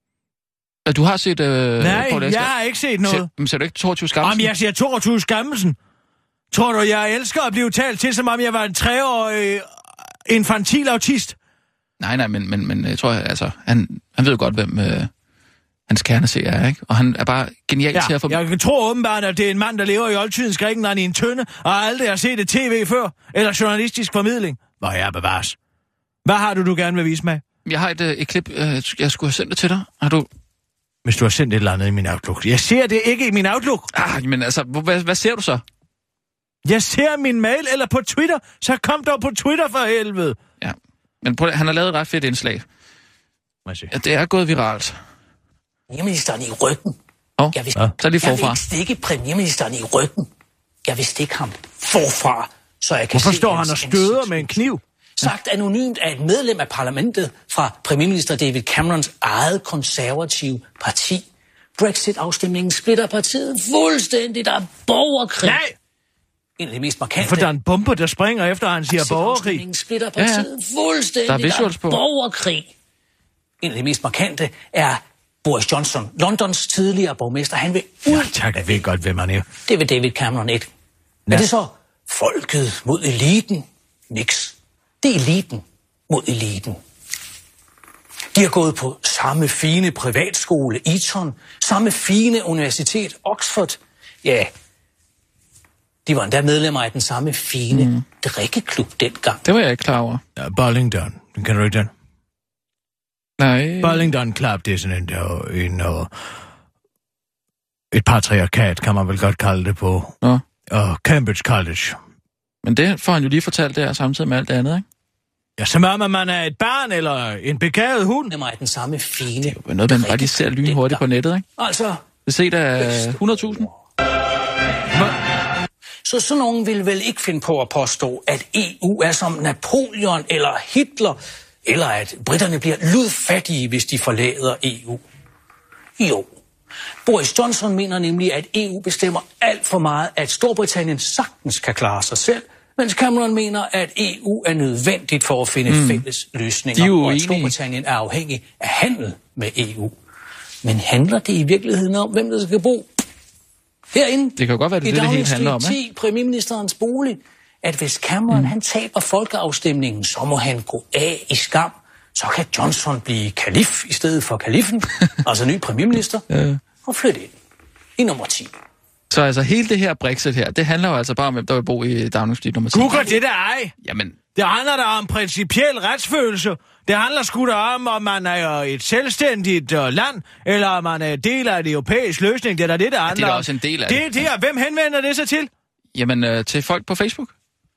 Du har set... Øh, Nej, Poul, jeg, jeg har ikke set noget. Men ser du ikke toogtyve Skammelsen? Om jeg siger toogtyve Skammelsen? Tror du, jeg elsker at blive talt til, som om jeg var en treårig infantil autist? Nej, nej, men, men, men jeg tror, altså, han, han ved jo godt, hvem... Øh, hans kerneseer er, ikke? Og han er bare genial ja, til at få... Jeg tror åbenbart, at det er en mand, der lever i oldtidens Grækenland i en tønde, og aldrig har set et tv før, eller journalistisk formidling. Hvor jeg bevares. Hvad har du, du gerne vil vise mig? Jeg har et, et klip, jeg skulle have sendt det til dig. Har du... Hvis du har sendt et eller andet i min Outlook. Jeg ser det ikke i min Outlook. Ah, men altså, hvad, hvad ser du så? Jeg ser min mail eller på Twitter. Så kom dog på Twitter for helvede. Ja, men prøv, han har lavet et ret fedt indslag. Ja, det er gået viralt. Premierministeren i ryggen. Oh, jeg vil, ja. Så lige forfra. Jeg vil stikke premierministeren i ryggen. Jeg vil stikke ham forfra, så jeg kan Hvorfor se... står han og støder med en kniv? Sagt anonymt af et medlem af parlamentet fra premierminister David Camerons eget konservative parti. Brexit-afstemningen splitter partiet fuldstændig. Der er borgerkrig. Nej! En af de mest markante... For der er en bombe, der springer efter, han siger borgerkrig. Brexit-afstemningen splitter partiet ja, ja. fuldstændig. Der er visuals på. Der er borgerkrig. En af de mest markante er... Boris Johnson, Londons tidligere borgmester, han vil ud... Ja, tak, jeg ved godt, hvem han er. Det vil David Cameron ikke. Ja. Er det så folket mod eliten? Niks. Det er eliten mod eliten. De har gået på samme fine privatskole, Eton, samme fine universitet, Oxford. Ja, de var endda medlemmer af den samme fine mm. drikkeklub dengang. Det var jeg ikke klar over. Ja, Burlington, den kender du ikke den? Nej. Burlington Club, det er sådan en, der, en uh, et patriarkat, kan man vel godt kalde det på. Nå. Og Cambridge College. Men det får han jo lige fortalt der, samtidig med alt det andet, ikke? Ja, som om, at man er et barn eller en begavet hund. Det er den samme fine. Det er jo noget, man bare lige ser lynhurtigt på nettet, ikke? Altså... Det set af hundrede tusind. Så sådan nogen vil vel ikke finde på at påstå, at E U er som Napoleon eller Hitler, eller at britterne bliver ludfattige, hvis de forlader E U. Jo. Boris Johnson mener nemlig, at E U bestemmer alt for meget, at Storbritannien sagtens kan klare sig selv, mens Cameron mener, at E U er nødvendigt for at finde mm. fælles løsninger, og at Storbritannien er afhængig af handel med E U. Men handler det i virkeligheden om, hvem der skal bo herinde? Det kan jo godt være, det er det, det hele handler om, ikke? I premierministerens bolig, at hvis Cameron mm. han taber folkeafstemningen, så må han gå af i skam. Så kan Johnson blive kalif i stedet for kalifen, altså ny premierminister, ja. Og flytte ind i nummer ti. Så altså hele det her Brexit her, det handler jo altså bare om, hvem der vil bo i Downing Street nummer ti. Google det der ej! Jamen... Det handler da om principiel retsfølelse. Det handler sgu da om, om man er et selvstændigt uh, land, eller om man er en del af en europæisk løsning. Det er da det, der handler om. Ja, det er også en del af det. Det, det er, hvem henvender det sig til? Jamen, øh, til folk på Facebook.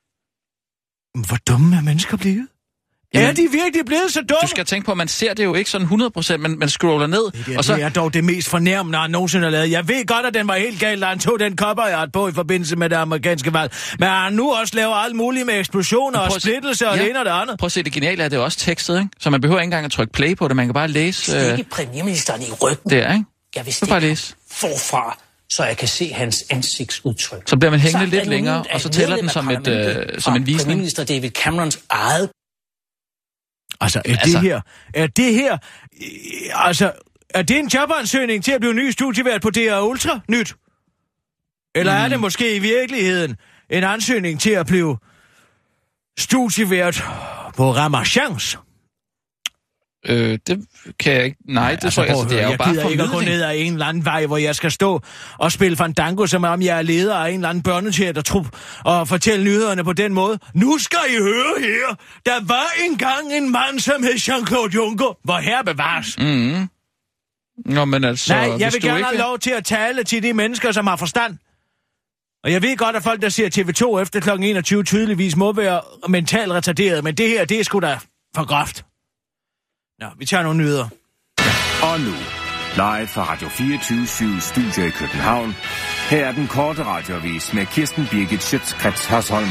Hvor dumme er mennesker blevet? Jamen, er de virkelig blevet så dumme? Du skal tænke på, at man ser det jo ikke sådan hundrede procent, men man scroller ned. Det, der, og så... det er dog det mest fornærmende, han nogensinde har lavet. Jeg ved godt, at den var helt galt, da han tog den kopperjagt på i forbindelse med det amerikanske valg. Men han nu også laver alt muligt med eksplosioner og splittelse og ja. Det ene og det andet. Prøv at se, det geniale er, det er også tekstet, ikke? Så man behøver ikke engang at trykke play på det, man kan bare læse... Øh... Stikke premierministeren i ryggen. Det er, ikke? Jeg vil stikke forfra, så jeg kan se hans ansigtsudtryk. Så bliver man hængende lidt længere, og så tæller den som, et, øh, som en visning. Premierminister David Camerons eget. Altså, er altså, det her, er det her, altså, er det en jobansøgning til at blive ny studievært på D R Ultra nyt? Eller mm. er det måske i virkeligheden en ansøgning til at blive studievært på Ramachans? Øh, det kan jeg ikke... Nej, Nej det altså, tror jeg, altså, det er jo jeg bare gider ikke at gå ned ad en eller anden vej, hvor jeg skal stå og spille fandango, som om jeg er leder af en eller anden børneteatertrup, og fortælle nyhederne på den måde. Nu skal I høre her. Der var engang en mand, som hed Jean-Claude Juncker, hvor her bevares. Mm. Nå, men altså... Nej, jeg vil gerne ikke... have lov til at tale til de mennesker, som har forstand. Og jeg ved godt, at folk, der ser T V to efter klokken enogtyve, tydeligvis må være mentalt retarderet, men det her, det er sgu da for groft. Nå, vi tager nogle nyheder. Og nu, live fra Radio fireogtyve syv Studio i København. Her er den korte radioavis med Kirsten Birgit Schøtz-Krets Hørsholm.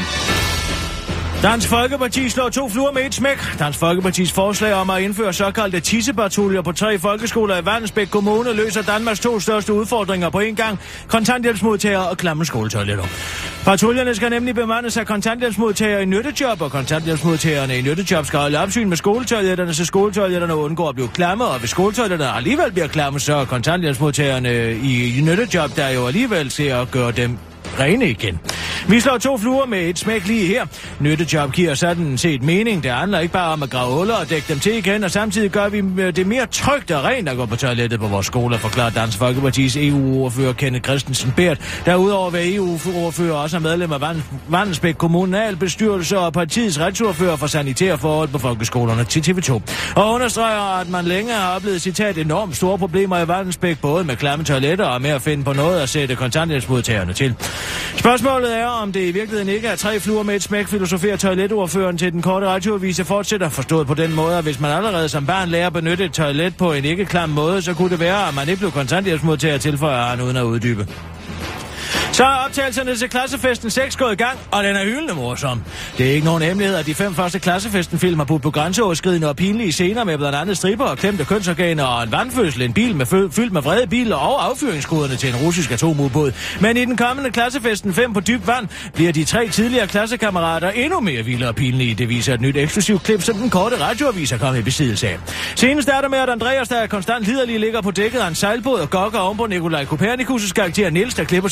Dansk Folkeparti slår to fluer med et smæk. Dansk Folkepartis forslag om at indføre såkaldte tissepatruljer på tre folkeskoler i Vallensbæk Kommune løser Danmarks to største udfordringer på en gang. Kontanthjælpsmodtagere og klamme skoletoiletter. Patruljerne skal nemlig bemandes af kontanthjælpsmodtagere i nyttejob, og kontanthjælpsmodtagerne i nyttejob skal holde opsyn med skoletoiletterne, så skoletoiletterne undgår at blive klamme, og hvis skoletoiletterne alligevel bliver klamme, så er kontanthjælpsmodtagerne i nyttejob, der jo alligevel ser at gøre dem rene igen. Vi slår to fluer med et smæk lige her. Nyttejob giver sådan set mening. Det handler ikke bare om at grave huller og dække dem til igen, og samtidig gør vi det mere trygt og rent at gå på toilettet på vores skoler, forklarer Dansk Folkepartis E U-ordfører Kenneth Christensen Bært, der udover at være E U-ordfører også er medlem af Vallensbæk Kommunalbestyrelse og partiets retsordfører for sanitære forhold på folkeskolerne til T V to. Og understreger, at man længe har oplevet, citat, enormt store problemer i Vallensbæk, både med klamme toiletter og med at finde på noget at sætte kontanthjælpsmodtagerne til. Spørgsmålet er, om det i virkeligheden ikke er tre fluer med et smæk, filosoferer toiletordføreren til den korte radioavise fortsætter, forstået på den måde, at hvis man allerede som barn lærer at benytte et toilet på en ikke klam måde, så kunne det være, at man ikke blev kontanthjælpsmodtager, tilføjer han uden at uddybe. Så er optagelserne til Klassefesten seks gået i gang, og den er hyldende morsom. Det er ikke nogen hemmelighed, at de fem første Klassefesten-film har budt på grænseoverskridende og pinlige scener med blandt andet stripper og klemte kønsorganer og en vandfødsel, en bil med fø- fyldt med vrede biler og affyringskoderne til en russisk atomubåd. Men i den kommende Klassefesten fem på dyb vand bliver de tre tidligere klassekammerater endnu mere vilde og pinlige. Det viser et nyt eksklusivt klip, som den korte radioavis er kommet i besiddelse af. Senest starter med, at Andreas, der er konstant liderlig, ligger på dækket af en sejlbåd og gokker oven på Nikolaj Kopernikus' karakter Niels, der klipper sin tonnage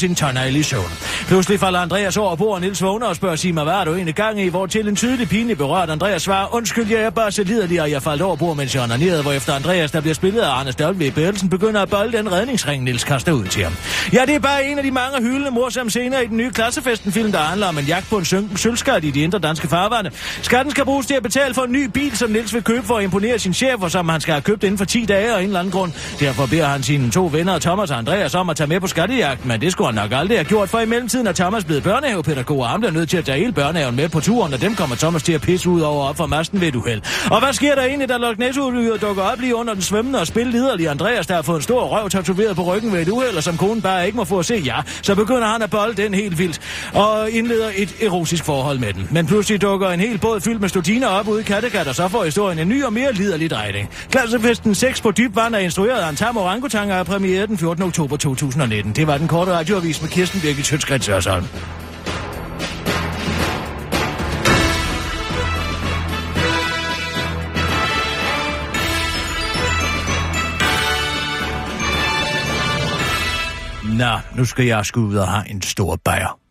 fejl i søvn. Pludselig falder Andreas over bord, og Niels vågner og spørger, sig mig, hvad er du egentlig gang i? Hvor til en tydelig pinlig berørt Andreas svarer, undskyld, jeg er bare så liderlig, og jeg faldt over bord, mens jeg onanerede, hvorefter Andreas, der bliver spillet af Anders W. Bertelsen, begynder at bolde den redningsring, Niels kaster ud til ham. Ja, det er bare en af de mange hyldende morsomme scener i den nye Klassefesten-film, der handler om en jagt på en synken sølvskat i de indre danske farvande. Skatten skal bruges til at betale for en ny bil, som Niels vil købe for at imponere sin chef, og som han skal have købt inden for ti dage af en eller anden grund. Derfor beder han sine to venner, Thomas og Andreas, om at tage med på skattejagten, men det skulle han nok aldrig have gjort, for i mellemtiden er Thomas blevet børnehavepædagog, og han bliver nødt til at tage hele børnehaven med på turen, og dem kommer Thomas til at pisse ud over op fra masten ved et uheld. Og hvad sker der egentlig, da Loch Ness-ulyret dukker op lige under den svømmende og spilliderlige Andreas, der har fået en stor røv tatoveret på ryggen ved et uheld, og som konen bare ikke må få at se, ja, så begynder han at bolde den helt vildt, og indleder et erotisk forhold med den. Men pludselig dukker en hel båd fyldt med studiner op ude i Kattegat, og så får historien en ny og mere liderlig drejning. Klassefesten seks på dyb vand er instrueret af en tam orangutang og er premieret den fjortende oktober to tusind og nitten. Det var den korte radioavis med Kirsten Birgit Schøtz-Krets Hørsholm. Nå, nu skal jeg sgu ud og have en stor bajer.